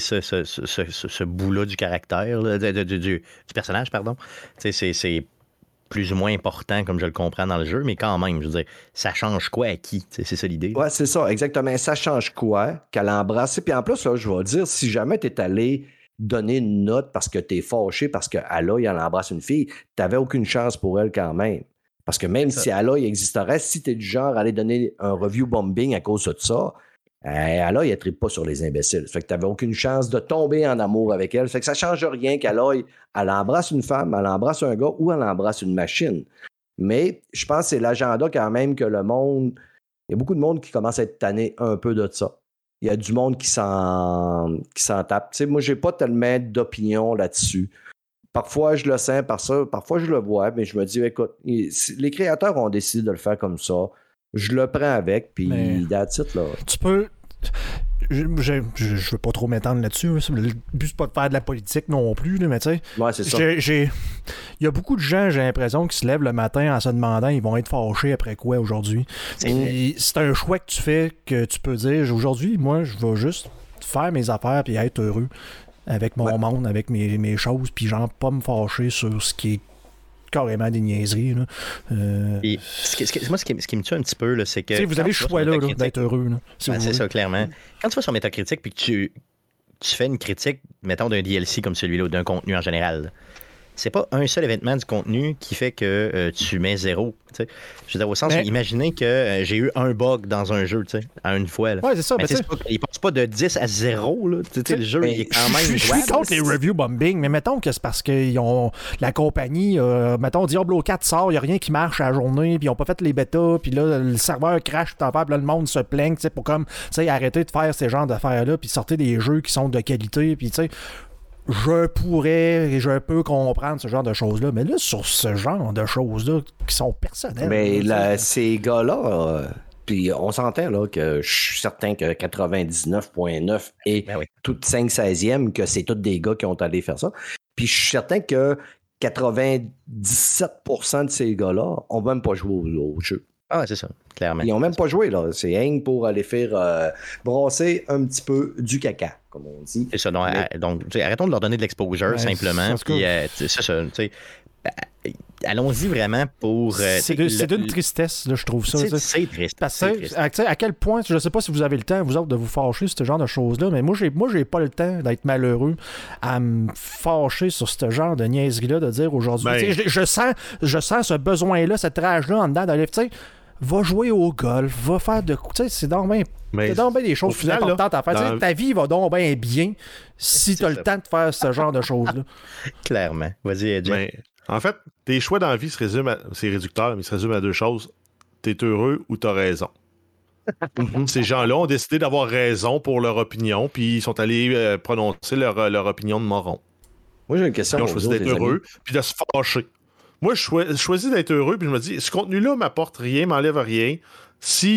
ce bout-là du caractère, là, du personnage, pardon? C'est plus ou moins important, comme je le comprends dans le jeu, mais quand même, je veux dire, ça change quoi à qui? C'est ça l'idée? Oui, c'est ça, exactement. Ça change quoi qu'elle a embrassé? Puis en plus, là, je vais dire, si jamais tu es allé donner une note parce que tu es fâché, parce qu'Aloy, elle embrasse une fille, tu n'avais aucune chance pour elle quand même. Parce que même si Aloy existerait, si tu es du genre à aller donner un review bombing à cause de ça, Aloy, elle ne tripe pas sur les imbéciles. Ça fait que tu n'avais aucune chance de tomber en amour avec elle. Ça fait que ça ne change rien qu'Aloy, elle embrasse une femme, elle embrasse un gars ou elle embrasse une machine. Mais je pense que c'est l'agenda quand même que le monde... Il y a beaucoup de monde qui commence à être tanné un peu de ça. Il y a du monde qui s'en tape. Tu sais, moi, je n'ai pas tellement d'opinion là-dessus. Parfois, je le sens par ça, parfois, je le vois, mais je me dis, écoute, les créateurs ont décidé de le faire comme ça. Je le prends avec, puis that's it, là. Tu peux... Je veux pas trop m'étendre là-dessus. Le but, c'est pas de faire de la politique non plus, mais tu sais... Ouais, c'est ça. Il y a beaucoup de gens, j'ai l'impression, qui se lèvent le matin en se demandant ils vont être fâchés après quoi aujourd'hui. C'est un choix que tu fais, que tu peux dire, aujourd'hui, moi, je vais juste faire mes affaires puis être heureux avec mon monde, avec mes choses, puis genre pas me fâcher sur ce qui est carrément des niaiseries. Là. Moi, ce qui me tue un petit peu, c'est que... Vous avez le choix là, d'être heureux. Là, c'est ça, clairement. Quand tu vas sur Metacritic puis que tu fais une critique, mettons, d'un DLC comme celui-là ou d'un contenu en général, là, c'est pas un seul événement du contenu qui fait que tu mets 0. T'sais. Je veux dire, au sens où imaginez que j'ai eu un bug dans un jeu, à une fois. Ouais, c'est ça. Mais il passe pas de 10 à 0. Là. Le jeu, il est quand même. Je suis contre les review bombing, mais mettons que c'est parce qu'ils ont la compagnie, mettons Diablo 4 sort, il n'y a rien qui marche à la journée, puis ils n'ont pas fait les bêtas, puis là, le serveur crash, puis là, le monde se plaigne pour comme arrêter de faire ces genres d'affaires-là, puis sortir des jeux qui sont de qualité, puis tu sais. Je peux comprendre ce genre de choses-là, mais là, sur ce genre de choses-là qui sont personnelles. Mais là, ces gars-là, puis on s'entend là que je suis certain que 99.9 et toute 5/16e, que c'est tous des gars qui ont allé faire ça. Puis je suis certain que 97% de ces gars-là ont même pas joué au jeu. Ah, c'est ça, clairement. Ils n'ont même pas joué, là. C'est rien pour aller faire brasser un petit peu du caca, comme on dit. C'est ça. Donc arrêtons de leur donner de l'exposure, simplement. Puis, c'est ça, tu sais. Allons-y vraiment pour... c'est d'une tristesse, là, je trouve ça. C'est triste. Parce que, à quel point, je ne sais pas si vous avez le temps, vous autres, de vous fâcher sur ce genre de choses-là, mais moi, j'ai pas le temps d'être malheureux à me fâcher sur ce genre de niaiserie-là, de dire aujourd'hui... Je sens ce besoin-là, cette rage-là en dedans d'aller... Va jouer au golf, va faire de... Tu sais, c'est donc bien des choses plus importantes à faire. Ta vie va donc bien si tu as le temps de faire ce genre de choses-là. Clairement. Vas-y, Jay. En fait, tes choix dans la vie c'est réducteur, mais ils se résument à deux choses. T'es heureux ou t'as raison. Ces gens-là ont décidé d'avoir raison pour leur opinion, puis ils sont allés prononcer leur opinion de moron. Moi, j'ai une question. Ils ont choisi d'être heureux, puis de se fâcher. Moi, je choisis d'être heureux, puis je me dis, ce contenu-là m'apporte rien, m'enlève rien. Si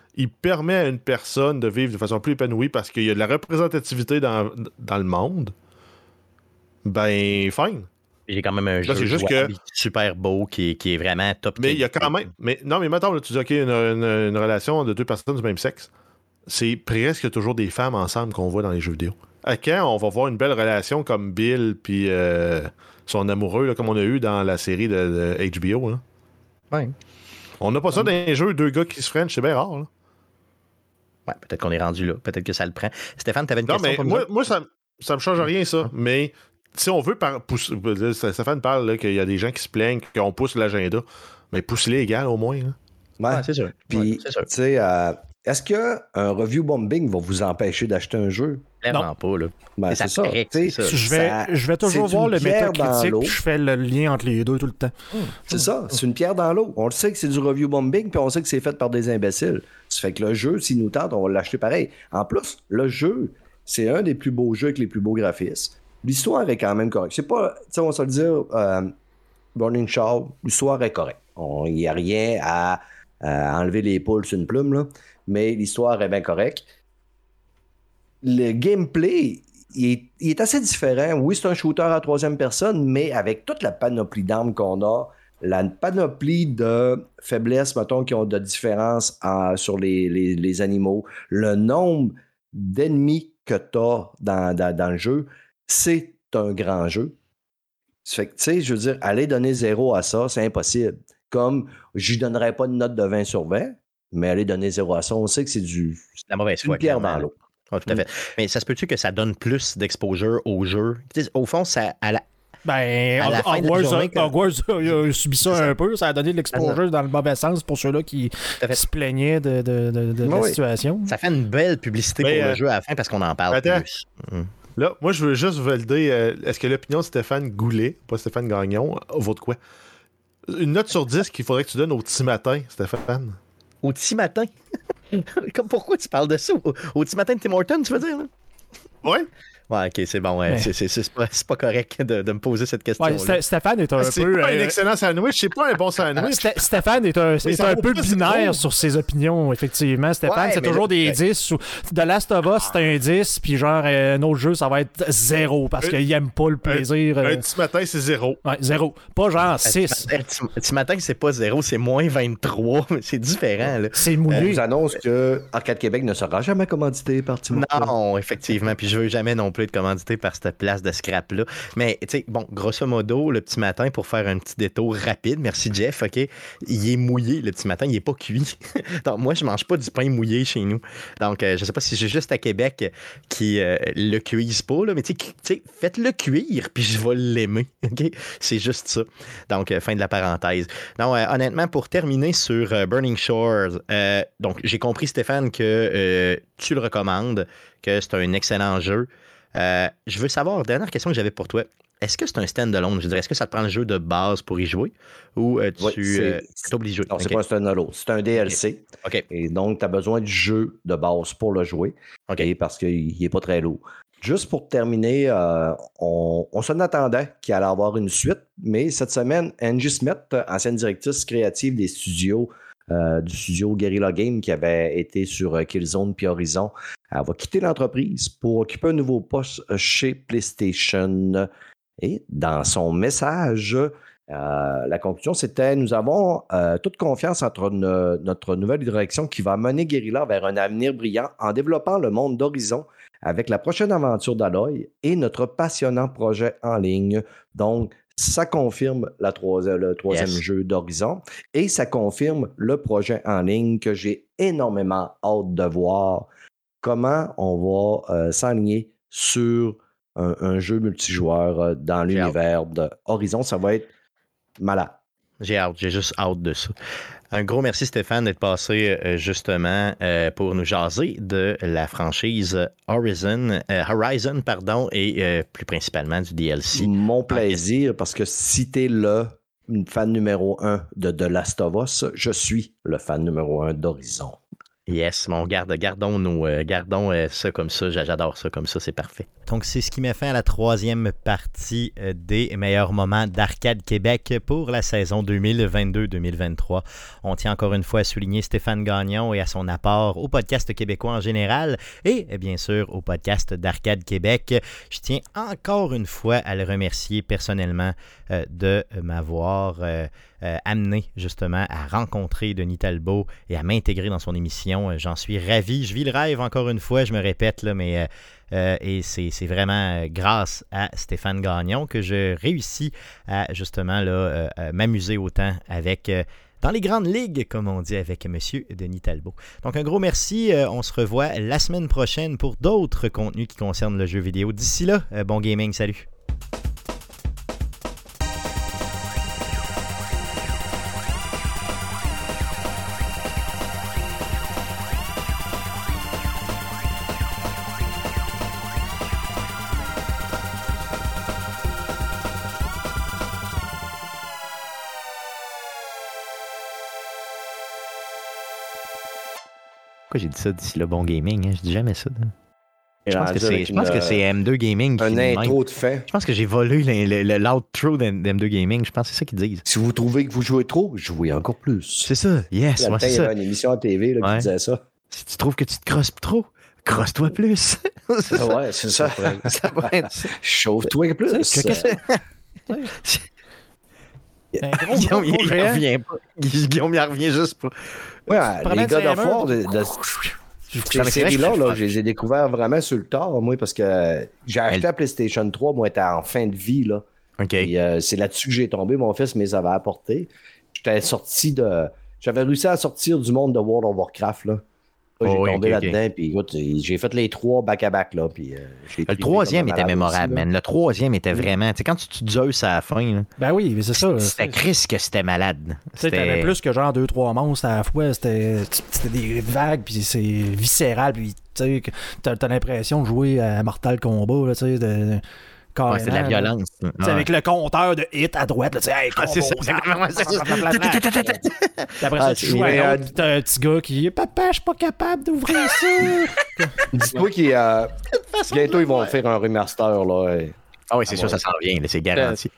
il permet à une personne de vivre de façon plus épanouie parce qu'il y a de la représentativité dans le monde, ben, fine. J'ai quand même un jeu super beau qui est vraiment top. Mais il y a quand même... Mais mettons, là, tu dis, OK, une relation de deux personnes du même sexe, c'est presque toujours des femmes ensemble qu'on voit dans les jeux vidéo. À quand on va voir une belle relation comme Bill puis son amoureux, là, comme on a eu dans la série de HBO, là? Ouais. On n'a pas ça dans les jeux, deux gars qui se freinent, c'est bien rare, là. Ouais, peut-être qu'on est rendu là. Peut-être que ça le prend. Stéphane, tu avais une question? Non, mais moi, ça me change rien, ça. Mais si on veut pousser... Stéphane parle qu'il y a des gens qui se plaignent qu'on pousse l'agenda. Mais pousse-les égal, au moins. Hein. Ouais, c'est sûr. Puis, tu sais, est-ce qu'un review bombing va vous empêcher d'acheter un jeu? Clairement pas, là. Ben, c'est ça. Je vais toujours voir le métacritique, puis je fais le lien entre les deux tout le temps. C'est ça, c'est une pierre dans l'eau. On le sait que c'est du review bombing, puis on sait que c'est fait par des imbéciles. Ça fait que le jeu, s'il nous tente, on va l'acheter pareil. En plus, le jeu, c'est un des plus beaux jeux avec les plus beaux graphismes. L'histoire est quand même correcte. C'est pas, tu sais, on va se le dire, Burning Shore, l'histoire est correcte. Il n'y a rien à enlever les poules sur une plume, là, mais l'histoire est bien correcte. Le gameplay, il est assez différent. Oui, c'est un shooter à troisième personne, mais avec toute la panoplie d'armes qu'on a, la panoplie de faiblesses, mettons, qui ont de différences sur les animaux, le nombre d'ennemis que tu as dans le jeu, c'est un grand jeu. Ça fait que, tu sais, je veux dire, aller donner 0 à ça, c'est impossible. Comme, je lui donnerais pas de note de 20 sur 20, mais aller donner 0 à ça, on sait que c'est la mauvaise foi, une pierre dans l'eau. Oh, tout à fait. Mais ça se peut-tu que ça donne plus d'exposure au jeu? T'sais, au fond, ça Hogwarts a subi ça un peu. Ça a donné de l'exposure dans le mauvais sens pour ceux-là qui se plaignaient de la situation. Ça fait une belle publicité pour le jeu à la fin parce qu'on en parle plus. Là, moi, je veux juste valider. Est-ce que l'opinion de Stéphane Goulet, pas Stéphane Gagnon, vaut de quoi? Une note sur 10 qu'il faudrait que tu donnes au petit matin, Stéphane. Au petit matin? Comme pourquoi tu parles de ça? Au petit matin de Tim Hortons, tu veux dire? Là? Ouais. Ouais, ok, c'est bon. Ouais. C'est pas correct de me poser cette question. Ouais, Stéphane est un peu. C'est pas un excellent sandwich, c'est pas un bon sandwich. Stéphane est un peu binaire sur ses opinions, effectivement. Stéphane, c'est toujours des 10. De Last of Us, c'est un 10, puis genre, un autre jeu, ça va être 0 parce qu'il aime pas le plaisir. Un petit matin, c'est 0. Ouais, 0. Pas genre 6. Petit matin, c'est pas 0, c'est moins 23. C'est différent. Là. C'est mouillé. Je vous annonce que Arcade Québec ne sera jamais commandité par Tim Hortons. Non, effectivement. Puis je veux jamais non plus être commandité par cette place de scrap-là. Mais, tu sais, bon, grosso modo, le petit matin, pour faire un petit détour rapide, merci Jeff, OK, il est mouillé le petit matin, il est pas cuit. Donc, moi, je mange pas du pain mouillé chez nous. Donc, je sais pas si j'ai juste à Québec qui le cuise pas, là, mais tu sais, faites-le cuire, puis je vais l'aimer, OK? C'est juste ça. Donc, fin de la parenthèse. Non, honnêtement, pour terminer sur Burning Shores, donc, j'ai compris, Stéphane, que tu le recommandes, que c'est un excellent jeu. Je veux savoir, dernière question que j'avais pour toi. Est-ce que c'est un stand-alone? Je veux dire, est-ce que ça te prend le jeu de base pour y jouer ou tu t'obliges à jouer? Non, c'est pas un stand-alone. C'est un DLC. Okay. Et donc, tu as besoin du jeu de base pour le jouer. Okay. Parce qu'il n'est pas très lourd. Juste pour terminer, on s'en attendait qu'il allait avoir une suite, mais cette semaine, Angie Smith, ancienne directrice créative des studios, du studio Guerrilla Games qui avait été sur Killzone puis Horizon, elle va quitter l'entreprise pour occuper un nouveau poste chez PlayStation. Et dans son message, la conclusion, c'était « Nous avons toute confiance entre notre nouvelle direction qui va mener Guerrilla vers un avenir brillant en développant le monde d'Horizon avec la prochaine aventure d'Aloy et notre passionnant projet en ligne. » Donc, ça confirme le troisième jeu d'Horizon et ça confirme le projet en ligne que j'ai énormément hâte de voir comment on va s'aligner sur un jeu multijoueur dans l'univers d'Horizon. Ça va être malade. J'ai juste hâte de ça. Un gros merci Stéphane d'être passé justement pour nous jaser de la franchise Horizon et plus principalement du DLC. Mon plaisir, parce que si t'es le fan numéro 1 de The Last of Us, je suis le fan numéro 1 d'Horizon. Yes, mon gardons ça comme ça. J'adore ça comme ça, c'est parfait. Donc, c'est ce qui met fin à la troisième partie des meilleurs moments d'Arcade Québec pour la saison 2022-2023. On tient encore une fois à souligner Stéphane Gagnon et à son apport au podcast québécois en général et bien sûr au podcast d'Arcade Québec. Je tiens encore une fois à le remercier personnellement de m'avoir amené justement à rencontrer Denis Talbot et à m'intégrer dans son émission. J'en suis ravi. Je vis le rêve encore une fois, je me répète, là, mais et c'est vraiment grâce à Stéphane Gagnon que je réussis à justement là, m'amuser autant avec... dans les grandes ligues, comme on dit avec M. Denis Talbot. Donc, un gros merci. On se revoit la semaine prochaine pour d'autres contenus qui concernent le jeu vidéo. D'ici là, bon gaming. Salut! Pourquoi j'ai dit ça d'ici le bon gaming? Hein? Je dis jamais ça. Je pense que c'est M2 Gaming qui un intro de fin. Je pense que j'ai volé l'outro d'M2 Gaming. Je pense que c'est ça qu'ils disent. Si vous trouvez que vous jouez trop, jouez encore plus. C'est ça. Yes. Il y a une émission à TV là, qui disait ça. Si tu trouves que tu te crosses trop, crosse-toi plus. Ouais, c'est ça. Ça pourrait être ça. Chauffe-toi plus. Guillaume, il revient pas. Guillaume, il revient juste pas. Ouais, les gars of War de ces séries-là, je les ai découverts vraiment sur le tard, moi, parce que j'ai acheté la PlayStation 3, moi, était en fin de vie, là. OK. Et, c'est là-dessus que j'ai tombé. Mon fils me les avait apportés. J'avais réussi à sortir du monde de World of Warcraft, là. J'ai tombé là-dedans, puis écoute, j'ai fait les 3 back-à-back, là. Puis, le troisième était mémorable, man. Le troisième était vraiment... Tu sais, quand tu tues Zeus à la fin, là, ben oui, mais c'est ça. C'était Chris que c'était malade. Tu sais, t'avais plus que genre 2-3 monstres à la fois. C'était des vagues, puis c'est viscéral, puis tu sais, t'as l'impression de jouer à Mortal Kombat, là, tu sais, ouais, c'est de la violence. Ouais. Avec le compteur de hit à droite, là, hey, c'est ça. Après ça, tu joues à l'autre, t'as un petit gars qui dit « Papa, je suis pas capable d'ouvrir ça! » Dis-toi qu'il bientôt, ils vont faire un remaster, là. Ah oui, c'est sûr, ça s'en vient, c'est garanti.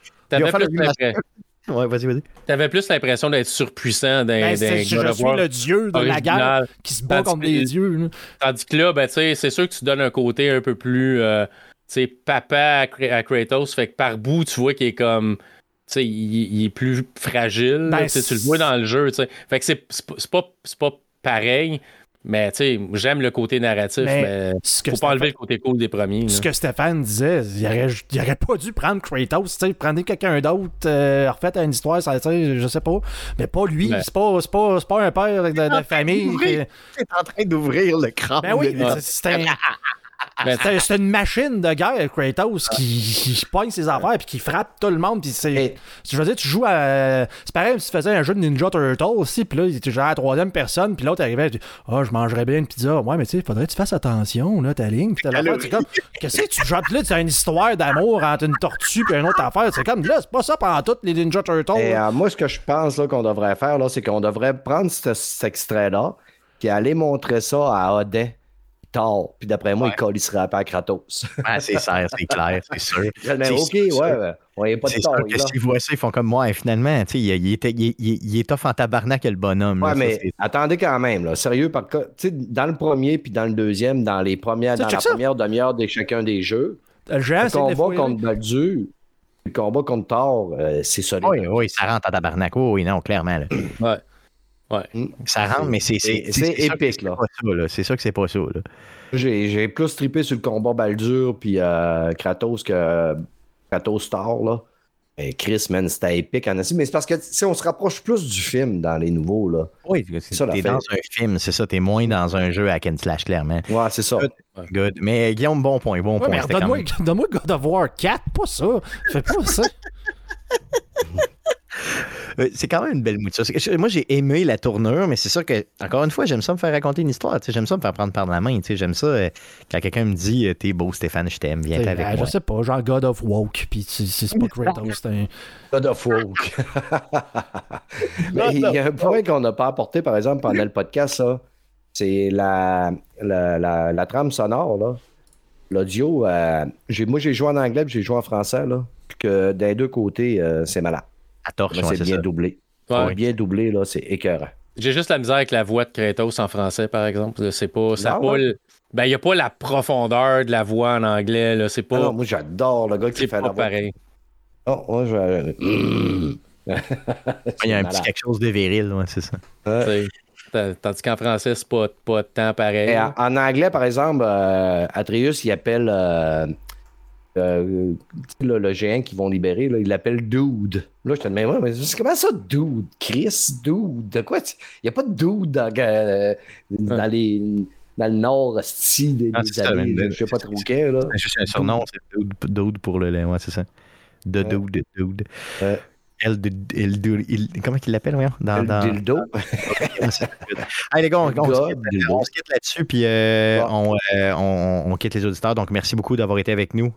Ouais, vas-y. T'avais plus l'impression d'être surpuissant d'un je suis le dieu de la guerre qui se bat contre des dieux. Là. Tandis que là, ben, c'est sûr que tu donnes un côté un peu plus... papa à Kratos, fait que par bout, tu vois qu'il est comme... il est plus fragile. Ben, tu le vois dans le jeu. T'sais. Fait que c'est pas pareil, mais j'aime le côté narratif, mais faut pas enlever le côté cool des premiers. Ce que Stéphane disait, il aurait pas dû prendre Kratos, prendre quelqu'un d'autre, refait à une histoire, je sais pas, mais pas lui. Ben, c'est pas un père de famille. T'es en train d'ouvrir le crâne. Ben oui, c'est une machine de guerre, Kratos, qui pogne ses affaires puis qui frappe tout le monde. Puis je veux dire, tu joues à. C'est pareil si tu faisais un jeu de Ninja Turtle aussi, puis là, tu jouais à la troisième personne, puis l'autre arrivait, je mangerais bien une pizza. Ouais, mais tu sais, faudrait que tu fasses attention, là, ta ligne. Puis qu'est-ce que tu joues là? Tu as une histoire d'amour entre une tortue et une autre affaire. C'est comme là, c'est pas ça pendant toutes les Ninja Turtles. Et, moi, ce que je pense là, qu'on devrait faire, là, c'est qu'on devrait prendre cet extrait-là, puis aller montrer ça à Odin. Tard. Puis d'après moi, il collisserait après à Kratos. Ah, c'est clair, c'est sûr. Mais OK, ouais, il n'y a pas de tort. C'est sûr que s'ils voient ça, ils font comme moi. Finalement, il est tough en tabarnak, le bonhomme. Ouais, là, mais attendez quand même, là, sérieux, dans le premier puis dans le deuxième, dans la première demi-heure de chacun des jeux, le combat contre Baldur, le combat contre Thor, c'est solide. Oui, ça rentre en tabarnak. Oui, non, clairement. Là. Ouais. Ouais. Ça rentre, mais c'est épique, là. C'est sûr que c'est pas ça, là. J'ai plus trippé sur le combat Baldur puis Kratos que Kratos Thor, là. Et Chris, man, c'était épique en ainsi. Mais c'est parce que on se rapproche plus du film dans les nouveaux, là. Oui, t'es dans un film, c'est ça. T'es moins dans un jeu hack and slash, clairement. Ouais, c'est ça. Good. Mais Guillaume, bon point. Mais donne-moi God of War 4, pas ça. Fais pas ça. C'est quand même une belle mouture. Moi, j'ai aimé la tournure, mais c'est sûr que, encore une fois, j'aime ça me faire raconter une histoire. J'aime ça me faire prendre par la main. J'aime ça quand quelqu'un me dit « T'es beau, Stéphane, je t'aime, viens avec moi. » Je sais pas, genre God of Woke, puis c'est pas Kratos, c'est un... God of Woke. Mais il y a un point qu'on n'a pas apporté, par exemple, pendant le podcast, ça. C'est la trame sonore, là. L'audio, moi, j'ai joué en anglais puis j'ai joué en français, là. Puis que des deux côtés, c'est malade. À torche, Là, ouais, c'est bien ça. doublé. Ouais. C'est bien doublé, là, c'est écœurant. J'ai juste la misère avec la voix de Kratos en français, par exemple. C'est pas. Ça a Non, pas ben, il n'y a pas la profondeur de la voix en anglais. Là. C'est pas. Ah non, moi, j'adore le gars qui c'est fait pas la voix. pareil. Oh, moi, Il y a un petit quelque chose de viril, ouais, c'est ça. Tandis qu'en français, c'est pas tant pareil. Et en anglais, par exemple, Atreus, il appelle le géant qu'ils vont libérer, là, il l'appelle Dude. Là, je te demande, mais comment ça, Dude? Chris, Dude? De quoi? Il n'y a pas de Dude dans le nord des années, je sais pas trop quel. Là. C'est juste un surnom, c'est Dude pour le lait, ouais, c'est ça. Dude. Comment il l'appelle, voyons? Le dildo. Allez, les gars, on se quitte là-dessus, puis on quitte les auditeurs. Donc, merci beaucoup d'avoir été avec nous